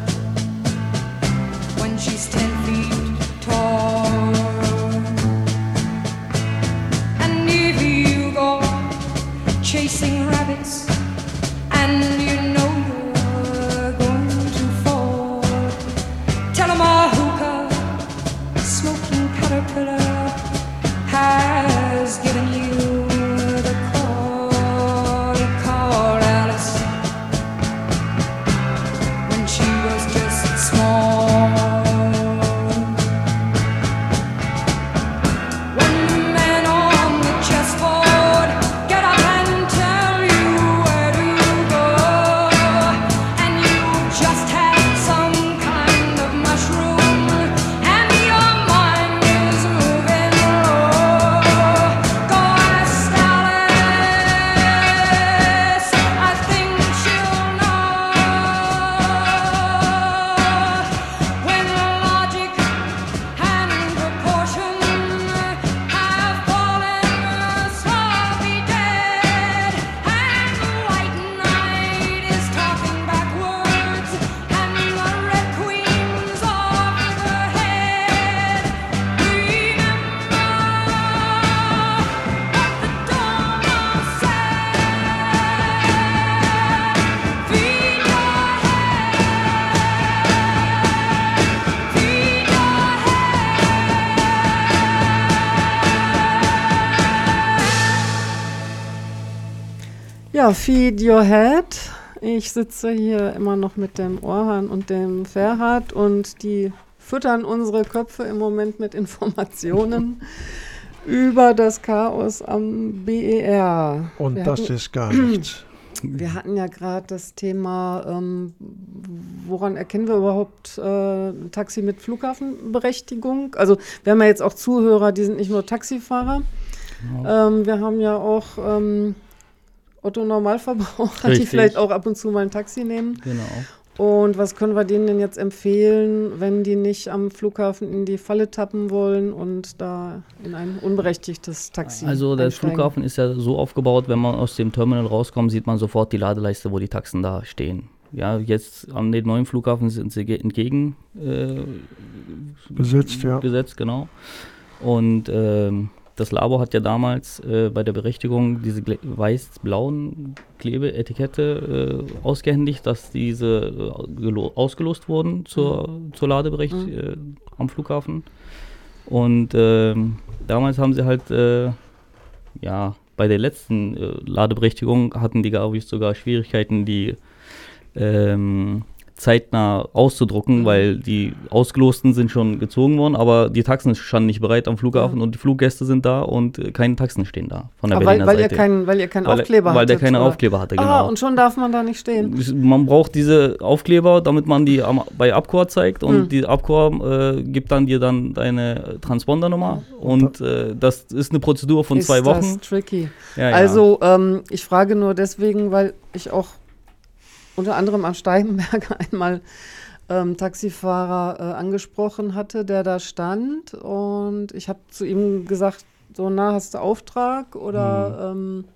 when she's ten feet tall. And if you go chasing rabbits, and you know you're going to fall, tell 'em a hookah smoking caterpillar has given you the call. You called Alice when she was just small. When men on the chessboard get up and tell you where to go, and you just had some kind of mushroom, and your mind is moving low, go ask Alice, I think she'll know. When logic and proportion have fallen sloppy dead, and the white knight is talking backwards, and the red queen's off her head, remember what the donor said. Feed your head, feed your Ja, Feed Your Head. Ich sitze hier immer noch mit dem Orhan und dem Ferhat und die füttern unsere Köpfe im Moment mit Informationen über das Chaos am B E R. Und wir das hatten, ist gar nichts. Wir hatten ja gerade das Thema, ähm, woran erkennen wir überhaupt äh, ein Taxi mit Flughafenberechtigung? Also wir haben ja jetzt auch Zuhörer, die sind nicht nur Taxifahrer. Genau. Ähm, wir haben ja auch ähm, Otto-Normalverbraucher, die Richtig. vielleicht auch ab und zu mal ein Taxi nehmen. Genau. Und was können wir denen denn jetzt empfehlen, wenn die nicht am Flughafen in die Falle tappen wollen und da in ein unberechtigtes Taxi Also der einsteigen? Flughafen ist ja so aufgebaut, wenn man aus dem Terminal rauskommt, sieht man sofort die Ladeleiste, wo die Taxen da stehen. Ja, jetzt an den neuen Flughafen sind sie ge- entgegen äh, Besetzt, ja. gesetzt, genau. Und ähm, das Labo hat ja damals äh, bei der Berechtigung diese gle- weiß-blauen Klebeetikette äh, ausgehändigt, dass diese äh, gelo- ausgelost wurden zur, zur Ladebericht Mhm. äh, am Flughafen. Und ähm, damals haben sie halt, äh, ja, bei der letzten äh, Ladeberechtigung hatten die, glaube ich, sogar Schwierigkeiten, die ähm, zeitnah auszudrucken, weil die Ausgelosten sind schon gezogen worden, aber die Taxen standen nicht bereit am Flughafen Ja. und die Fluggäste sind da und äh, keine Taxen stehen da von der Aber weil, Berliner weil, ihr Seite. keinen, weil ihr keinen Weil- Aufkleber hattet. weil der keine oder? Aufkleber hatte, Ah, genau. und schon darf man da nicht stehen. Man braucht diese Aufkleber, damit man die am, bei Abcor zeigt und Hm. die Abcor äh, gibt dann dir dann deine Transpondernummer und äh, das ist eine Prozedur von Ist zwei Wochen. Das tricky. Ja, ja. Also, ähm, ich frage nur deswegen, weil ich auch unter anderem am Steigenberg einmal ähm, Taxifahrer äh, angesprochen hatte, der da stand. Und ich habe zu ihm gesagt, so, na, hast du Auftrag oder ähm,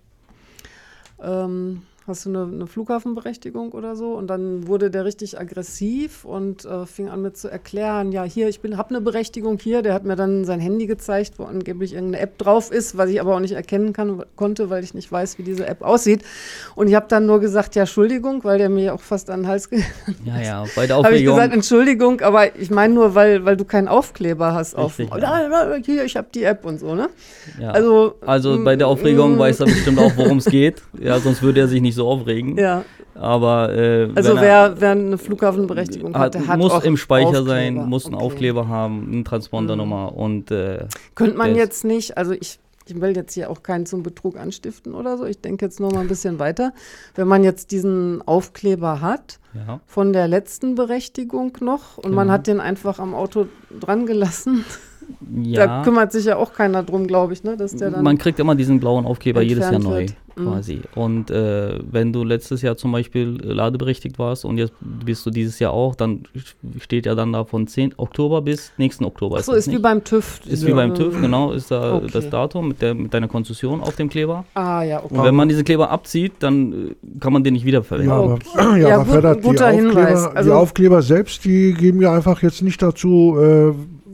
ähm, hast du eine, eine Flughafenberechtigung oder so? Und dann wurde der richtig aggressiv und äh, fing an mit zu erklären, ja, hier, ich habe eine Berechtigung hier. Der hat mir dann sein Handy gezeigt, wo angeblich irgendeine App drauf ist, was ich aber auch nicht erkennen kann, konnte, weil ich nicht weiß, wie diese App aussieht. Und ich habe dann nur gesagt, ja, Entschuldigung, weil der mir auch fast an den Hals ge ja, ja, bei der habe ich Aufregung. gesagt, Entschuldigung, aber ich meine nur, weil, weil du keinen Aufkleber hast auf dem, Richtig, ja. hier, ich habe die App und so, ne? ja. Also, Also bei der Aufregung mm, weiß er bestimmt auch, worum es geht. Ja, sonst würde er sich nicht so aufregen. Ja, Aber äh, also wenn er, wer, wer eine Flughafenberechtigung hat, hat, der hat muss auch im Speicher Aufkleber. sein, muss einen Okay. Aufkleber haben, eine Transpondernummer und äh, Könnte man der ist- jetzt nicht, also ich, ich will jetzt hier auch keinen zum Betrug anstiften oder so, ich denke jetzt noch mal ein bisschen weiter. Wenn man jetzt diesen Aufkleber hat, ja. von der letzten Berechtigung noch und man Genau. hat den einfach am Auto dran gelassen, ja. da kümmert sich ja auch keiner drum, glaube ich, ne, dass der dann Man kriegt immer diesen blauen Aufkleber jedes Jahr entfernt neu, wird. Mhm. quasi. Und äh, wenn du letztes Jahr zum Beispiel äh, ladeberechtigt warst und jetzt bist du dieses Jahr auch, dann steht ja dann da von zehnten Oktober bis nächsten Oktober. Ach so, das ist wie nicht? beim TÜV. Ist wie beim TÜV, genau, ist da Okay. das Datum mit, der, mit deiner Konzession auf dem Kleber. Ah, ja, okay. Und wenn man diesen Kleber abzieht, dann äh, kann man den nicht wiederverwenden. Ja, aber, Okay. ja, Ja, aber gut, Ferdat, die, guter Hinweis. Aufkleber, Also- die Aufkleber selbst, die geben ja einfach jetzt nicht dazu, äh,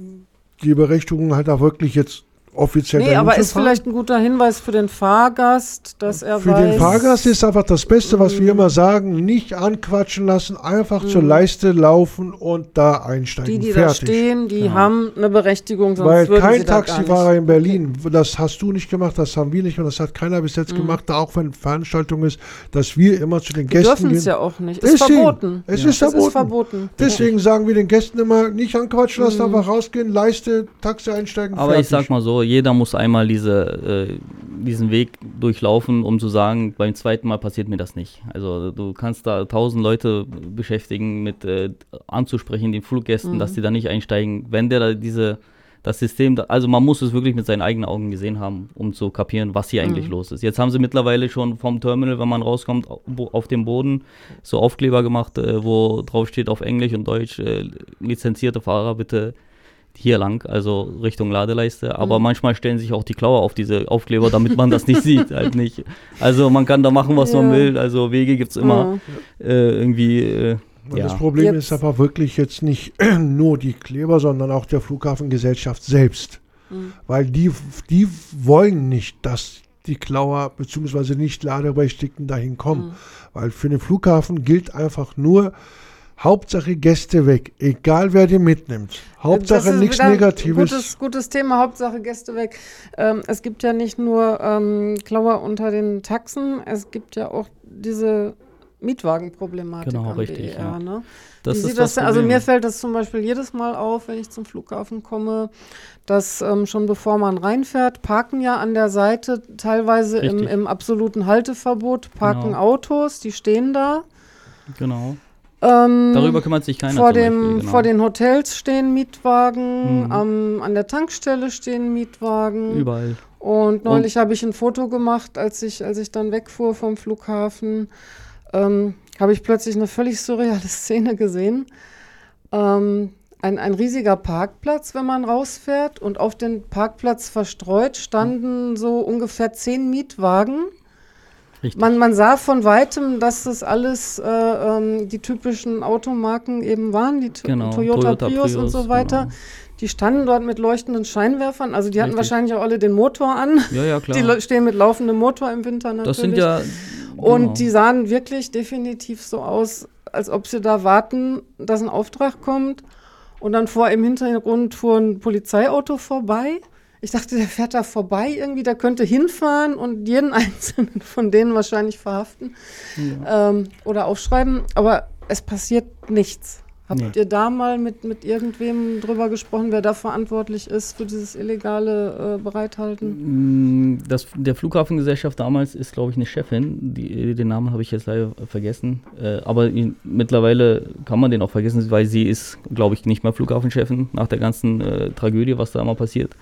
die Berechtigung halt auch wirklich jetzt offiziell Nee, dahin aber zu ist fahren. vielleicht ein guter Hinweis für den Fahrgast, dass er Für weiß. den Fahrgast ist einfach das Beste, was Mhm. wir immer sagen, nicht anquatschen lassen, einfach zur Leiste laufen und da einsteigen. die, die Fertig. da stehen, die Ja. haben eine Berechtigung, sonst Weil würden kein sie da gar Taxifahrer nicht. in Berlin, das hast du nicht gemacht, das haben wir nicht und das hat keiner bis Mhm. jetzt gemacht, auch wenn Veranstaltung ist, dass wir immer zu den Wir Gästen dürfen gehen. es ja auch nicht. Ist Deswegen, verboten. es Ja. ist verboten. Es ist verboten. Deswegen sagen wir den Gästen immer, nicht anquatschen lassen, Mhm. einfach rausgehen, Leiste, Taxi einsteigen, Aber fertig. ich sag mal so, jeder muss einmal diese, äh, diesen Weg durchlaufen, um zu sagen, beim zweiten Mal passiert mir das nicht. Also du kannst da tausend Leute beschäftigen, mit äh, anzusprechen, den Fluggästen, Mhm. dass die da nicht einsteigen. Wenn der da diese, das System, da, also man muss es wirklich mit seinen eigenen Augen gesehen haben, um zu kapieren, was hier eigentlich Mhm. los ist. Jetzt haben sie mittlerweile schon vom Terminal, wenn man rauskommt, au- auf dem Boden so Aufkleber gemacht, äh, wo drauf steht auf Englisch und Deutsch, äh, lizenzierte Fahrer bitte hier lang, also Richtung Ladeleiste. Aber Mhm. manchmal stellen sich auch die Klauer auf diese Aufkleber, damit man das nicht sieht. Halt nicht. Also man kann da machen, was man Ja. will. Also Wege gibt es immer. Ja. Äh, irgendwie, äh, Und ja. das Problem Jetzt- ist aber wirklich jetzt nicht nur die Kleber, sondern auch der Flughafengesellschaft selbst. Mhm. Weil die, die wollen nicht, dass die Klauer bzw. nicht Ladeberechtigten dahin kommen. Mhm. Weil für den Flughafen gilt einfach nur, Hauptsache Gäste weg, egal wer die mitnimmt. Hauptsache Das ist nichts wieder ein Negatives. Gutes, gutes Thema, Hauptsache Gäste weg. Ähm, es gibt ja nicht nur ähm, Klauer unter den Taxen, es gibt ja auch diese Mietwagenproblematik Genau, am richtig, B E R. ja. Ne? Das Wie ist sieht das das denn? Also Problem. mir fällt das zum Beispiel jedes Mal auf, wenn ich zum Flughafen komme, dass ähm, schon bevor man reinfährt, parken ja an der Seite teilweise im, Richtig. im absoluten Halteverbot, parken Genau. Autos, die stehen da. Genau. Ähm, Darüber kümmert sich keiner vor, zum dem, Beispiel, genau. vor den Hotels stehen Mietwagen, Mhm. am, an der Tankstelle stehen Mietwagen. Überall. Und neulich habe ich ein Foto gemacht, als ich, als ich dann wegfuhr vom Flughafen, ähm, habe ich plötzlich eine völlig surreale Szene gesehen. Ähm, ein, ein riesiger Parkplatz, wenn man rausfährt, und auf den Parkplatz verstreut standen so ungefähr zehn Mietwagen. Richtig. Man, man sah von Weitem, dass das alles äh, ähm, die typischen Automarken eben waren, die to Genau, Toyota, Toyota Prius, und Prius, so weiter. genau. Die standen dort mit leuchtenden Scheinwerfern, also die hatten Richtig. wahrscheinlich auch alle den Motor an. Ja, ja, klar. Die le- stehen mit laufendem Motor im Winter natürlich. das sind ja. Und genau. die sahen wirklich definitiv so aus, als ob sie da warten, dass ein Auftrag kommt. Und dann vor im Hintergrund fuhr ein Polizeiauto vorbei. Ich dachte, der fährt da vorbei irgendwie, der könnte hinfahren und jeden einzelnen von denen wahrscheinlich verhaften ähm, oder aufschreiben. Aber es passiert nichts. Habt Nee. ihr da mal mit, mit irgendwem drüber gesprochen, wer da verantwortlich ist für dieses illegale äh, Bereithalten? Mm, Das, der Flughafengesellschaft damals ist, glaube ich, eine Chefin. Die, den Namen habe ich jetzt leider vergessen. Äh, aber ihn, mittlerweile kann man den auch vergessen, weil sie ist, glaube ich, nicht mehr Flughafenchefin nach der ganzen äh, Tragödie, was da immer passiert.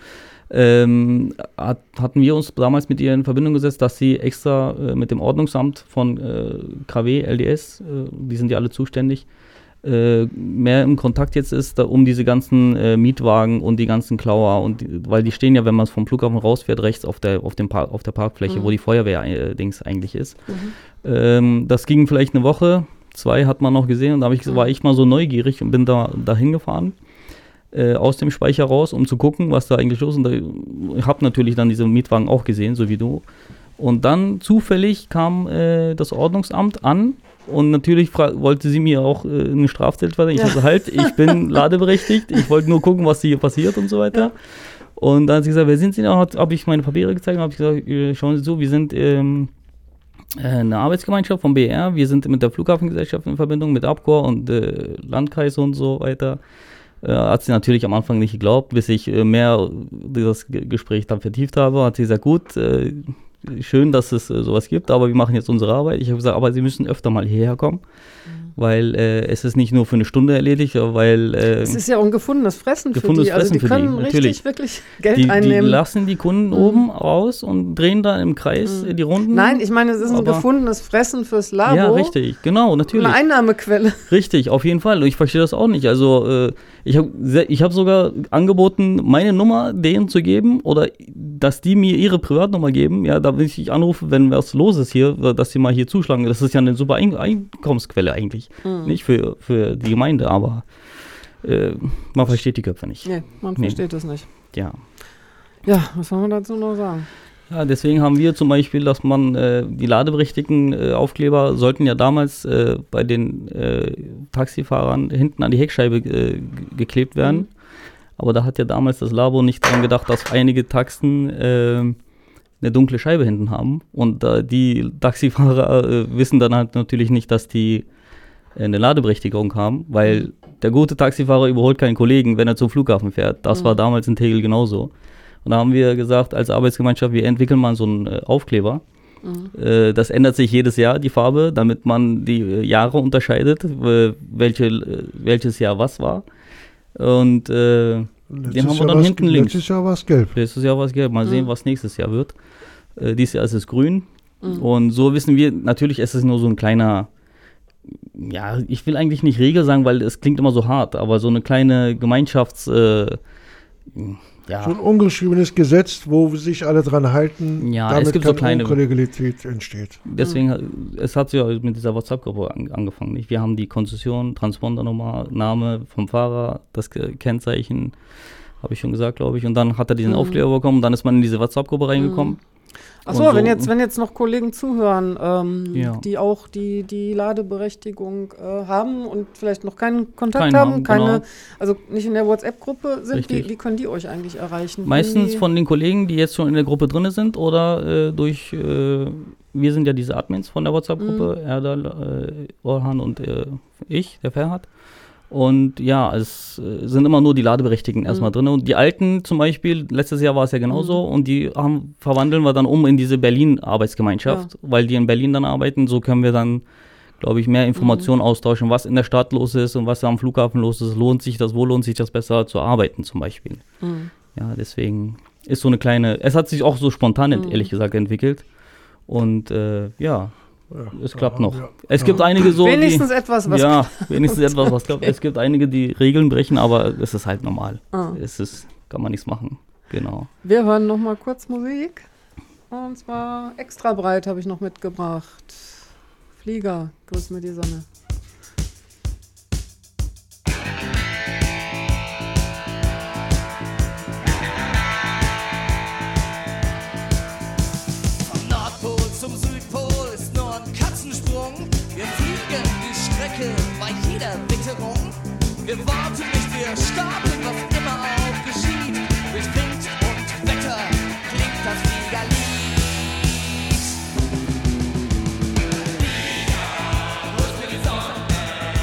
Ähm, hat, hatten wir uns damals mit ihr in Verbindung gesetzt, dass sie extra äh, mit dem Ordnungsamt von äh, K W, L D S, äh, die sind ja alle zuständig, äh, mehr im Kontakt jetzt ist, da, um diese ganzen äh, Mietwagen und die ganzen Klauer, und die, weil die stehen ja, wenn man vom Flughafen rausfährt, rechts auf der, auf dem Park, auf der Parkfläche, Mhm. wo die Feuerwehr-Dings eigentlich ist. Mhm. Ähm, das ging vielleicht eine Woche, zwei hat man noch gesehen, und da hab ich, war ich mal so neugierig und bin da dahin gefahren, äh, aus dem Speicher raus, um zu gucken, was da eigentlich los ist. Und da, ich habe natürlich dann diese Mietwagen auch gesehen, so wie du. Und dann zufällig kam äh, das Ordnungsamt an, und natürlich fra- wollte sie mir auch äh, eine Strafzettel verteilen. Ich Ja. also halt, ich bin ladeberechtigt, ich wollte nur gucken, was hier passiert und so weiter. Ja. Und dann hat sie gesagt, wer sind Sie denn? Habe ich meine Papiere gezeigt und habe ich gesagt, äh, schauen Sie zu, wir sind ähm, äh, eine Arbeitsgemeinschaft vom B R, wir sind mit der Flughafengesellschaft in Verbindung, mit Abcor und äh, Landkreise und so weiter. Äh, hat sie natürlich am Anfang nicht geglaubt, bis ich äh, mehr das G- Gespräch dann vertieft habe, hat sie gesagt, gut, äh, schön, dass es äh, sowas gibt, aber wir machen jetzt unsere Arbeit. Ich habe gesagt, aber Sie müssen öfter mal hierher kommen, mhm. weil äh, es ist nicht nur für eine Stunde erledigt, weil äh, Es ist ja auch ein gefundenes Fressen gefundenes für die. Also Fressen die für die, können richtig, natürlich. wirklich Geld die, die einnehmen. lassen die Kunden Mhm. oben raus und drehen da im Kreis Mhm. äh, die Runden. Nein, ich meine, es ist ein Aber- gefundenes Fressen fürs Labo. Ja, richtig, genau, natürlich. Eine Einnahmequelle. Richtig, auf jeden Fall. Und ich verstehe das auch nicht. Also äh, ich habe ich hab sogar angeboten, meine Nummer denen zu geben, oder dass die mir ihre Privatnummer geben. Ja, da will ich anrufen, wenn was los ist hier, dass sie mal hier zuschlagen. Das ist ja eine super Ein- Einkommensquelle eigentlich. Mhm. Nicht für, für die Gemeinde, aber äh, man versteht die Köpfe nicht. Nee, man Nee. versteht es nicht. Ja. Ja, was soll man dazu noch sagen? Ja, deswegen haben wir zum Beispiel, dass man äh, die ladeberechtigten äh, Aufkleber sollten ja damals äh, bei den äh, Taxifahrern hinten an die Heckscheibe äh, g- geklebt werden. Mhm. Aber da hat ja damals das Labo nicht dran gedacht, dass einige Taxen äh, eine dunkle Scheibe hinten haben. Und äh, die Taxifahrer äh, wissen dann halt natürlich nicht, dass die äh, eine Ladeberechtigung haben, weil der gute Taxifahrer überholt keinen Kollegen, wenn er zum Flughafen fährt. Das Mhm. war damals in Tegel genauso. Und da haben wir gesagt, als Arbeitsgemeinschaft, wir entwickeln mal so einen äh, Aufkleber. Mhm. Äh, das ändert sich jedes Jahr, die Farbe, damit man die äh, Jahre unterscheidet, äh, welche, äh, welches Jahr was war. Und äh, Letztes den haben wir Jahr dann war's- hinten links. Letztes Jahr war es gelb. Letztes Jahr war es gelb. Mal sehen, Mhm. was nächstes Jahr wird. Äh, dieses Jahr ist es grün. Mhm. Und so wissen wir, natürlich ist es nur so ein kleiner, ja, ich will eigentlich nicht Regel sagen, weil es klingt immer so hart, aber so eine kleine Gemeinschafts, äh, ja, So ein ungeschriebenes Gesetz, wo sich alle dran halten, Ja, es damit gibt so keine kleine- Unkollegialität entsteht. deswegen, es hat ja mit dieser WhatsApp-Gruppe an, angefangen. Nicht? Wir haben die Konzession, Transpondernummer, Name vom Fahrer, das Ge- Kennzeichen, habe ich schon gesagt, glaube ich. Und dann hat er diesen Mhm. Aufkleber bekommen, dann ist man in diese WhatsApp-Gruppe reingekommen. Achso, Und so- wenn jetzt, wenn jetzt noch Kollegen zuhören, ähm, Ja. die auch die, die Ladeberechtigung äh, haben und vielleicht noch keinen Kontakt Keinen haben, haben, keine, genau. also nicht in der WhatsApp-Gruppe sind, wie, Richtig. wie können die euch eigentlich erreichen? Meistens Die- von den Kollegen, die jetzt schon in der Gruppe drin sind, oder äh, durch, äh, wir sind ja diese Admins von der WhatsApp-Gruppe, Mhm. Erdal, äh, Orhan und äh, ich, der Ferhat. Und ja, es äh, sind immer nur die Ladeberechtigten erstmal Mhm. drin. Und die alten zum Beispiel, letztes Jahr war es ja genauso, und die haben, verwandeln wir dann um in diese Berlin-Arbeitsgemeinschaft, weil die in Berlin dann arbeiten. So können wir dann, glaube ich, mehr Informationen austauschen, was in der Stadt los ist und was am Flughafen los ist. Lohnt sich das, wo lohnt sich das besser zu arbeiten zum Beispiel. Mhm. Ja, deswegen ist so eine kleine, es hat sich auch so spontan, ent- Mhm. ehrlich gesagt, entwickelt. Und äh, ja, Ja, es da klappt haben noch. wir- Es ja. gibt einige so, Wenigstens die, etwas, was. ja, wenigstens etwas, was klappt. Es gibt einige, die Regeln brechen, aber es ist halt normal. Ah. Es ist, kann man nichts machen. Genau. Wir hören noch mal kurz Musik. Und zwar extra breit habe ich noch mitgebracht. Flieger, grüß mir die Sonne. Vom Nordpol zum Südpol ist nur ein Katzensprung. Wir fliegen die Strecke bei jeder Witterung. Wir warten nicht, wir starten, was immer auch geschieht. Durch Wind und Wetter klingt das Fliegerlied. Flieger, grüß mir die Sonne.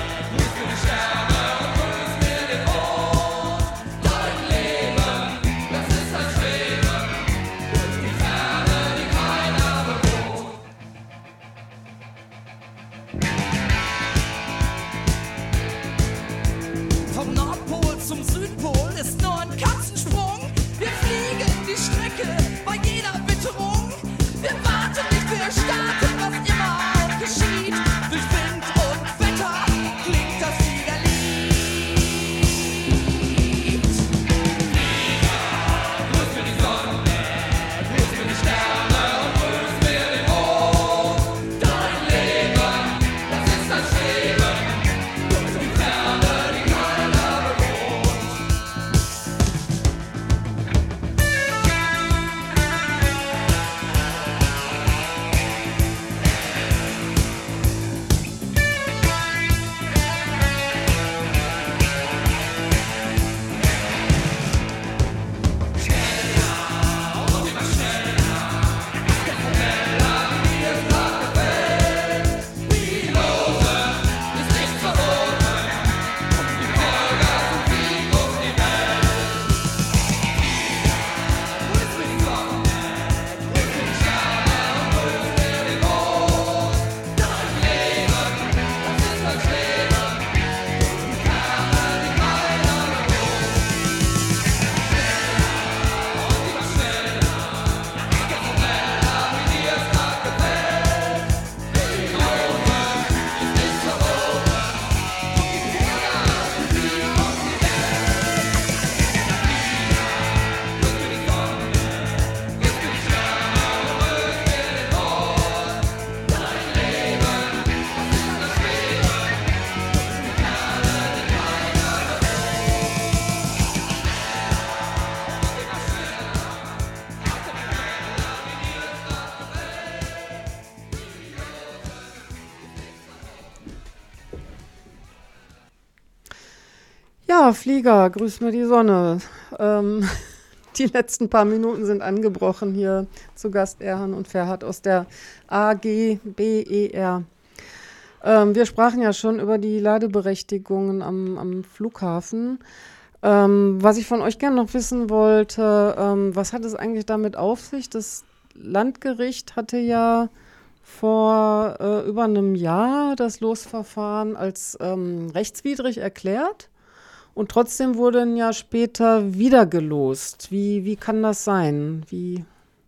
Ja, Flieger, grüß mir die Sonne. Ähm, die letzten paar Minuten sind angebrochen hier zu Gast Erhan und Ferhat aus der A G B E R. Ähm, wir sprachen ja schon über die Ladeberechtigungen am, am Flughafen. Ähm, was ich von euch gerne noch wissen wollte, ähm, was hat es eigentlich damit auf sich? Das Landgericht hatte ja vor äh, über einem Jahr das Losverfahren als ähm, rechtswidrig erklärt und trotzdem wurde ein Jahr später wieder gelost. Wie, wie kann das sein? Wie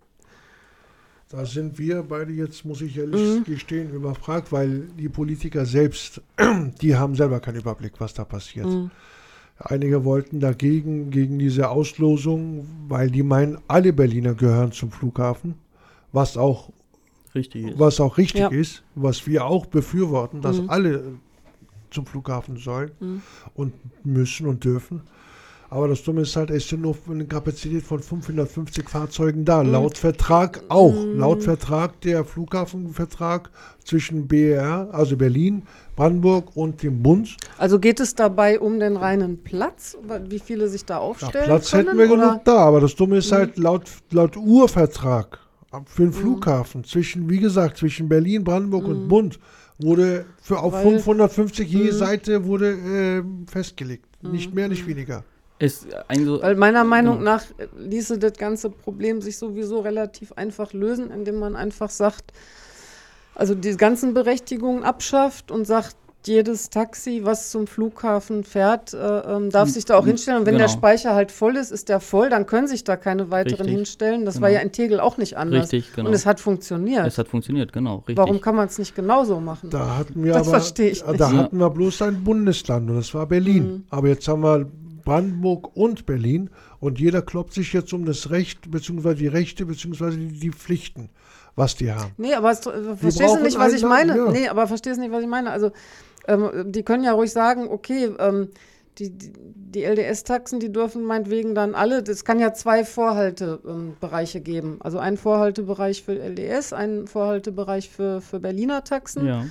Da sind wir beide jetzt, muss ich ehrlich mhm. gestehen, überfragt, weil die Politiker selbst, die haben selber keinen Überblick, was da passiert. Mhm. Einige wollten dagegen, gegen diese Auslosung, weil die meinen, alle Berliner gehören zum Flughafen, was auch richtig ist, was auch richtig ja. ist, was wir auch befürworten, dass mhm. alle zum Flughafen sollen mhm. und müssen und dürfen. Aber das Dumme ist halt, es sind nur eine Kapazität von fünfhundertfünfzig Fahrzeugen da, mhm. laut Vertrag auch, mhm. laut Vertrag, der Flughafenvertrag zwischen B E R, also Berlin, Brandenburg und dem Bund. Also geht es dabei um den reinen Platz, wie viele sich da aufstellen ja, Platz können? Platz hätten wir oder? genug da, aber das Dumme ist mhm. halt, laut, laut Urvertrag für den Flughafen, mhm. zwischen, wie gesagt, zwischen Berlin, Brandenburg mhm. und Bund, wurde für auf Weil, fünfhundertfünfzig je Seite wurde äh, festgelegt. Mhm. Nicht mehr, nicht weniger. Ist so Weil meiner Meinung genau. nach ließe das ganze Problem sich sowieso relativ einfach lösen, indem man einfach sagt, also die ganzen Berechtigungen abschafft und sagt, jedes Taxi, was zum Flughafen fährt, äh, ähm, darf sich da auch hinstellen. Und wenn genau. der Speicher halt voll ist, ist der voll, dann können sich da keine weiteren richtig. hinstellen. Das genau. war ja in Tegel auch nicht anders. Richtig, genau. Und es hat funktioniert. Es hat funktioniert, genau. Richtig. Warum kann man es nicht genauso machen? Da hatten wir das aber, verstehe ich nicht. Da hatten wir bloß ein Bundesland und das war Berlin. Mhm. Aber jetzt haben wir Brandenburg und Berlin und jeder kloppt sich jetzt um das Recht, beziehungsweise die Rechte, beziehungsweise die, die Pflichten, was die haben. Nee, aber es, äh, verstehst du nicht, was ich meine? Ja. Nee, aber verstehst du nicht, was ich meine? Also, ähm, die können ja ruhig sagen, okay, ähm, die, die, die L D S-Taxen, die dürfen meinetwegen dann alle, es kann ja zwei Vorhaltebereiche ähm, geben. Also einen Vorhaltebereich für L D S, einen Vorhaltebereich für, für Berliner Taxen. Ja.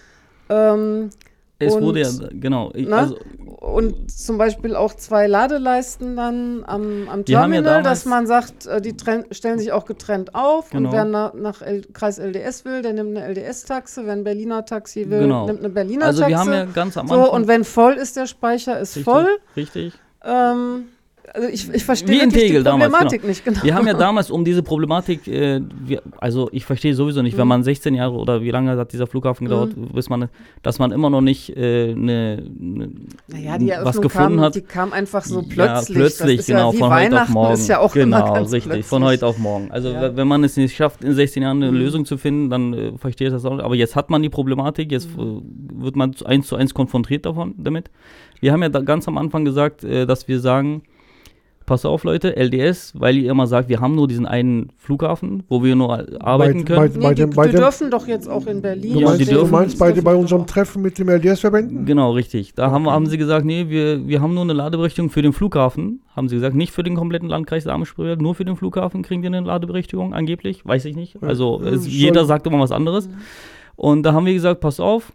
Ähm, Es und, wurde ja, genau. Ich, also, und zum Beispiel auch zwei Ladeleisten dann am, am Terminal, ja dass man sagt, äh, die tren- stellen sich auch getrennt auf. Genau. Und wer na, nach L- Kreis L D S will, der nimmt eine L D S-Taxe. Wer ein Berliner Taxi will, genau. nimmt eine Berliner also Taxe. Also wir haben ja ganz am Anfang... So, und wenn voll ist, der Speicher ist richtig, voll. Richtig. Ähm, also ich, ich verstehe Wie in wirklich Tegel die Problematik damals, genau. nicht. Genau. Wir haben ja damals um diese Problematik, äh, wir, also ich verstehe sowieso nicht, mhm. wenn man sechzehn Jahre oder wie lange hat dieser Flughafen gedauert, mhm. bis man, dass man immer noch nicht äh, ne, ne, naja, die was gefunden kam, hat. Die kam einfach so plötzlich. Ja, plötzlich, das ist genau, ja wie von heute auf morgen. Ist ja auch genau, immer ganz richtig, plötzlich. von heute auf morgen. Also ja. wenn man es nicht schafft, in sechzehn Jahren eine mhm. Lösung zu finden, dann äh, verstehe ich das auch nicht. Aber jetzt hat man die Problematik, jetzt mhm. äh, wird man eins zu eins konfrontiert davon, damit. Wir haben ja da ganz am Anfang gesagt, äh, dass wir sagen, pass auf, Leute, L D S, weil ihr immer sagt, wir haben nur diesen einen Flughafen, wo wir nur arbeiten bei, können. Bei, bei nee, dem, die, bei die dem, dürfen doch jetzt auch in Berlin. Du ja, meinst, die dürfen, du meinst bei, bei unserem Treffen mit dem L D S-Verbänden? Genau, richtig. Da okay. haben, haben sie gesagt, nee, wir, wir haben nur eine Ladeberechtigung für den Flughafen. Haben sie gesagt, nicht für den kompletten Landkreis Dahme-Sprühwerk, nur für den Flughafen kriegen die eine Ladeberechtigung, angeblich. Weiß ich nicht. Also ja, es, jeder sagt immer was anderes. Mhm. Und da haben wir gesagt, pass auf,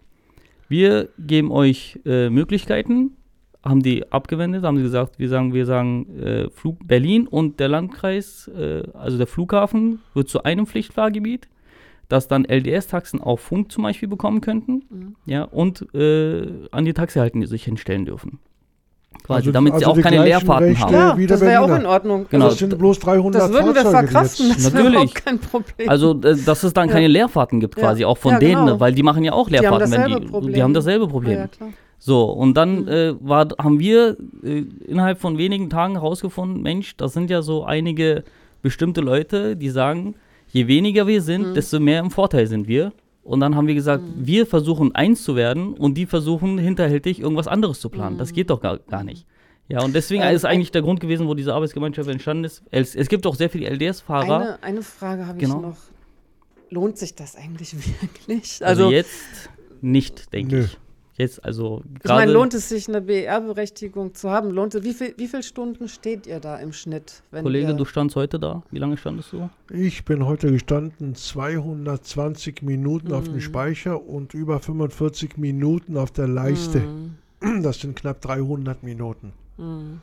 wir geben euch äh, Möglichkeiten. Haben die abgewendet, haben sie gesagt, wir sagen, wir sagen, äh, Flug Berlin und der Landkreis, äh, also der Flughafen, wird zu einem Pflichtfahrgebiet, dass dann L D S-Taxen auf Funk zum Beispiel bekommen könnten, mhm. ja, und äh, an die Taxihalten sich hinstellen dürfen. Quasi, also, damit also sie auch keine Leerfahrten Rechte haben. Ja, wie das wäre ja auch in Ordnung. Genau. Das sind bloß dreihundert Das würden wir Fahrzeuge verkraften, jetzt. das wäre überhaupt kein Problem. Also, äh, dass es dann ja. keine Leerfahrten gibt quasi, ja. auch von ja, denen, genau. weil die machen ja auch Leerfahrten. Die haben dasselbe wenn die, Problem. die haben dasselbe Problem. Ja, ja, klar. So, und dann Mhm. äh, war, haben wir äh, innerhalb von wenigen Tagen herausgefunden, Mensch, das sind ja so einige bestimmte Leute, die sagen, je weniger wir sind, Mhm. desto mehr im Vorteil sind wir. Und dann haben wir gesagt, Mhm. wir versuchen eins zu werden und die versuchen hinterhältig irgendwas anderes zu planen. Mhm. Das geht doch gar, gar nicht. Ja, und deswegen Ähm, ist eigentlich der Grund gewesen, wo diese Arbeitsgemeinschaft entstanden ist. Es, es gibt auch sehr viele L D S-Fahrer. Eine, eine Frage habe Genau. ich noch. Lohnt sich das eigentlich wirklich? Also, Also, jetzt nicht, denke Nö. ich. Jetzt, also ich gerade. meine, lohnt es sich, eine B E R-Berechtigung zu haben? Lohnt es, wie viel, wie viele Stunden steht ihr da im Schnitt? Wenn Kollege, ihr, du standst heute da. Wie lange standest du? Ich bin heute gestanden zweihundertzwanzig Minuten auf dem Mhm. Speicher und über fünfundvierzig Minuten auf der Leiste. Mhm. Das sind knapp dreihundert Minuten. Mhm.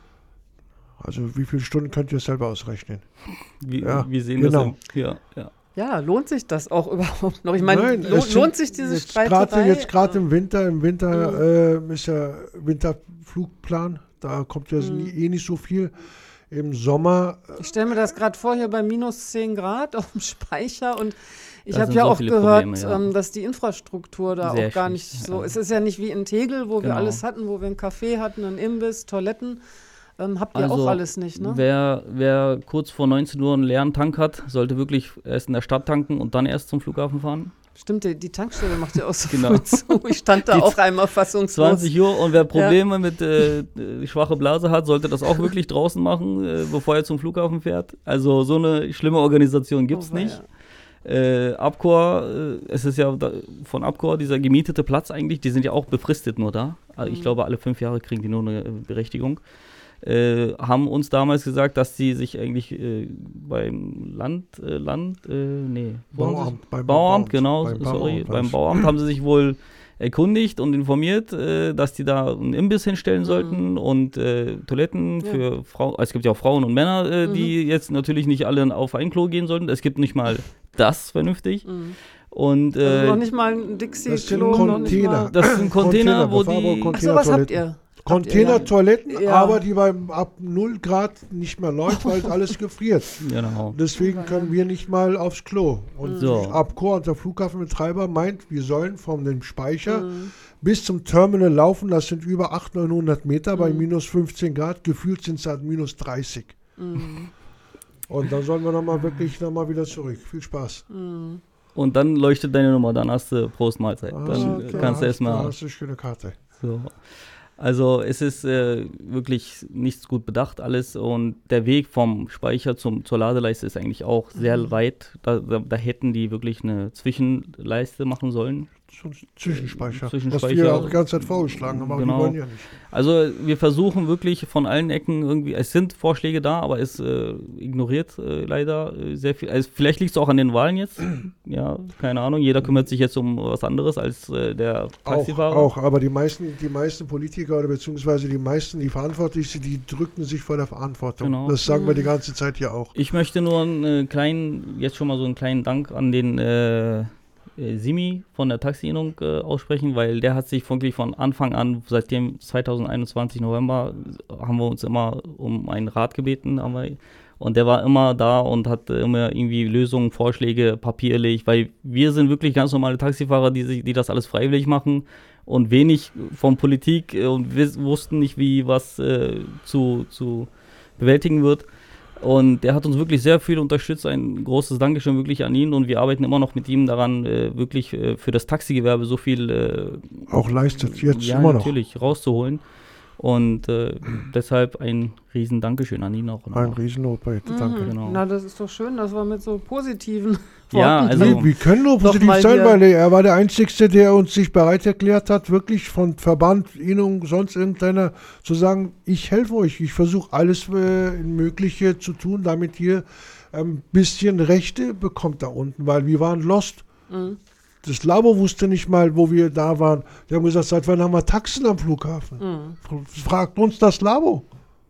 Also wie viele Stunden könnt ihr selber ausrechnen? Wir, Ja, wir sehen genau. das. Im, ja, ja. Ja, lohnt sich das auch überhaupt noch? Ich meine, Nein, lo es sind lohnt sich diese jetzt Streiterei? Grade, jetzt gerade Ja. im Winter, im Winter äh, ist ja Winterflugplan, da kommt ja Mhm. nie, eh nicht so viel. Im Sommer, Ich stelle mir das gerade vor, hier bei minus zehn Grad auf dem Speicher und ich Da habe sind ja so auch viele gehört, Probleme, ja. ähm, dass die Infrastruktur da Sehr auch gar schlecht, nicht so, ja. es ist ja nicht wie in Tegel, wo wir Genau. alles hatten, wo wir einen Café hatten, einen Imbiss, Toiletten, ähm, habt ihr Also, auch alles nicht, ne? Wer, wer kurz vor neunzehn Uhr einen leeren Tank hat, sollte wirklich erst in der Stadt tanken und dann erst zum Flughafen fahren. Stimmt, die, die Tankstelle macht ja auch so Genau. früh zu. Ich stand da Die auch einmal fassungslos. zwanzig Uhr und wer Probleme mit äh, äh, schwache Blase hat, sollte das auch wirklich draußen machen, äh, bevor er zum Flughafen fährt. Also so eine schlimme Organisation gibt es Oh, nicht. Äh, Abcor, äh, es ist ja da, von Abcor dieser gemietete Platz eigentlich, die sind ja auch befristet nur da. Also ich Mhm. glaube, alle fünf Jahre kriegen die nur eine äh, Berechtigung. Äh, haben uns damals gesagt, dass sie sich eigentlich äh, beim Land, äh, Land, äh, nee, wo haben sie sich- Bauamt, beim Bauamt, genau, beim sorry, Bauamt beim war's. Bauamt haben sie sich wohl erkundigt und informiert, äh, dass die da einen Imbiss hinstellen Mhm. sollten und äh, Toiletten Ja. für Frauen. Es gibt ja auch Frauen und Männer, äh, Mhm. die jetzt natürlich nicht alle auf ein Klo gehen sollten. Es gibt nicht mal das vernünftig. Mhm. Und Also äh, noch nicht mal ein das sind Dixie-Klo, noch nicht Container. mal. das sind Container, wo Befahrbare die. Ach, sowas habt Containertoiletten. ihr. Container-Toiletten, Ja. aber die beim ab null Grad nicht mehr läuft, weil alles gefriert. Genau. Deswegen können wir nicht mal aufs Klo. Und So. Abcor und der Flughafenbetreiber meint, wir sollen von dem Speicher Mhm. bis zum Terminal laufen. Das sind über achthundert, neunhundert Meter bei Mhm. minus fünfzehn Grad. Gefühlt sind es halt minus dreißig. Mhm. Und dann sollen wir nochmal wirklich nochmal wieder zurück. Viel Spaß. Mhm. Und dann leuchtet deine Nummer, dann hast du Prost Mahlzeit. Ah, Dann okay. kannst du Da erstmal. hast du eine schöne Karte. So. Also es ist äh, wirklich nichts gut bedacht alles und der Weg vom Speicher zum, zur Ladeleiste ist eigentlich auch sehr Mhm. weit. Da, da, da hätten die wirklich eine Zwischenleiste machen sollen. So ein Zwischenspeicher. Zwischenspeicher. Was wir auch die ganze Zeit vorgeschlagen haben, aber Genau. die wollen ja nicht. Also wir versuchen wirklich von allen Ecken irgendwie, es sind Vorschläge da, aber es äh, ignoriert äh, leider äh, sehr viel. Also vielleicht liegt es auch an den Wahlen jetzt. Ja, keine Ahnung. Jeder kümmert sich jetzt um was anderes als äh, der Auch, Taxifahrer. auch, aber die meisten, die meisten Politiker oder beziehungsweise die meisten, die Verantwortlichen, die drücken sich vor der Verantwortung. Genau. Das sagen wir die ganze Zeit hier auch. Ich möchte nur einen äh, kleinen, jetzt schon mal so einen kleinen Dank an den äh, äh, Simi von der Taxi-Innung äh, aussprechen, weil der hat sich wirklich von Anfang an, seitdem zwanzig einundzwanzig November, haben wir uns immer um einen Rat gebeten. Haben wir, und der war immer da und hat äh, immer irgendwie Lösungen, Vorschläge papierlich, weil wir sind wirklich ganz normale Taxifahrer, die, sich, die das alles freiwillig machen und wenig von Politik äh, und wir wussten nicht, wie was äh, zu, zu bewältigen wird. Und der hat uns wirklich sehr viel unterstützt. Ein großes Dankeschön wirklich an ihn. Und wir arbeiten immer noch mit ihm daran, äh, wirklich äh, für das Taxigewerbe so viel äh, Auch leistet jetzt ja, immer noch. natürlich rauszuholen. Und äh, deshalb ein riesen Dankeschön an ihn auch. noch. Ein Riesenlob, bitte, danke. Mhm. Genau. Na, das ist doch schön, dass wir mit so positiven Ja, Worten also- Wir, wir können nur Doch positiv mal sein, hier- weil er war der Einzige, der uns sich bereit erklärt hat, wirklich von Verband, Innung, sonst irgendeiner zu sagen, ich helfe euch, ich versuche alles äh, Mögliche zu tun, damit ihr ein bisschen Rechte bekommt da unten, weil wir waren lost. Mhm. Das Labo wusste nicht mal, wo wir da waren. Die haben gesagt, seit wann haben wir Taxen am Flughafen? Mhm. Fragt uns das Labo.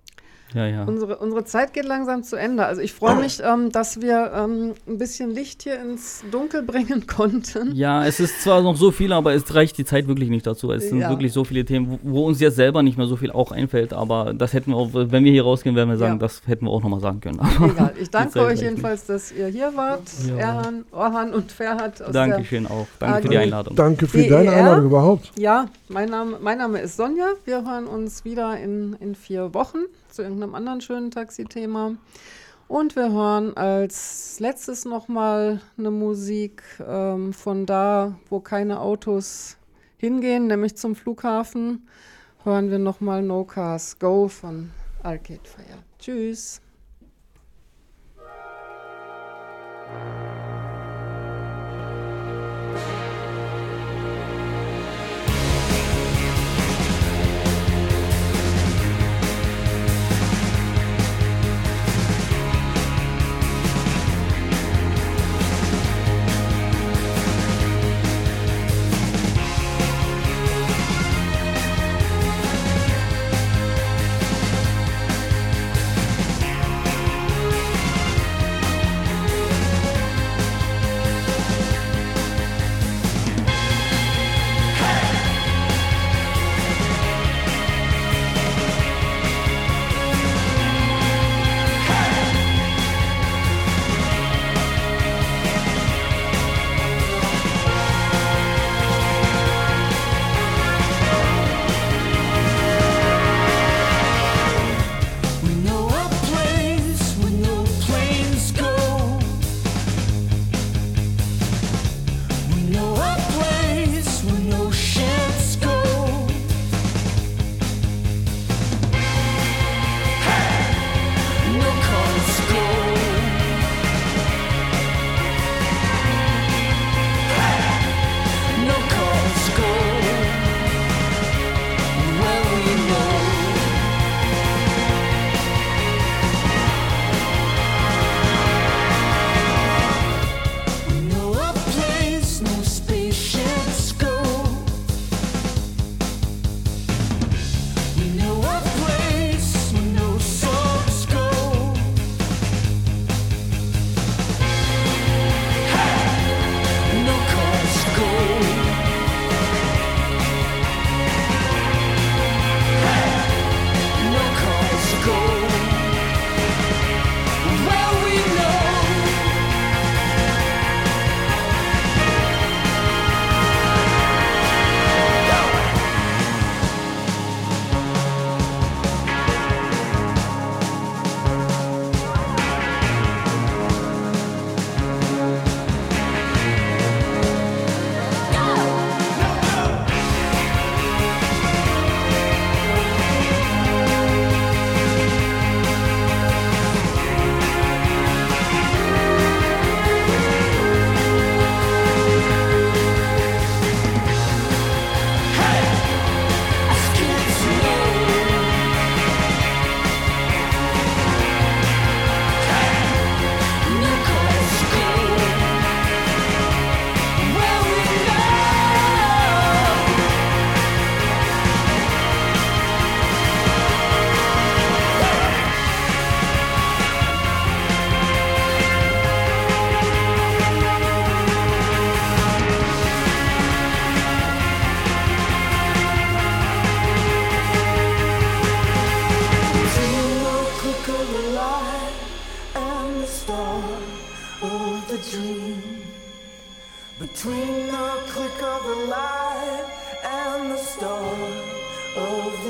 Ja, ja. Unsere, unsere Zeit geht langsam zu Ende. Also ich freue mich, ähm, dass wir ähm, ein bisschen Licht hier ins Dunkel bringen konnten. Ja, es ist zwar noch so viel, aber es reicht die Zeit wirklich nicht dazu. Es sind Ja. wirklich so viele Themen, wo, wo uns jetzt selber nicht mehr so viel auch einfällt. Aber das hätten wir auch, wenn wir hier rausgehen, werden wir sagen, Ja. das hätten wir auch nochmal sagen können. Egal. Ich Die danke Zeit euch reicht jedenfalls, dass ihr hier wart. Ja. Erhan, Orhan und Ferhat aus Dankeschön auch. Danke A G. für die Einladung. Danke für D E R? deine Einladung überhaupt. der... Ja, mein Name, mein Name ist Sonja. Wir hören uns wieder in, in vier Wochen zu irgendeinem anderen schönen Taxi-Thema. Und wir hören als letztes nochmal eine Musik ähm, von da, wo keine Autos hingehen, nämlich zum Flughafen. Hören wir nochmal No Cars Go von Arcade Fire. Tschüss.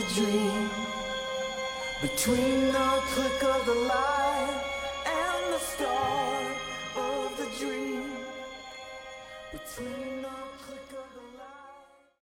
the dream, between the click of the light and the start of the dream, between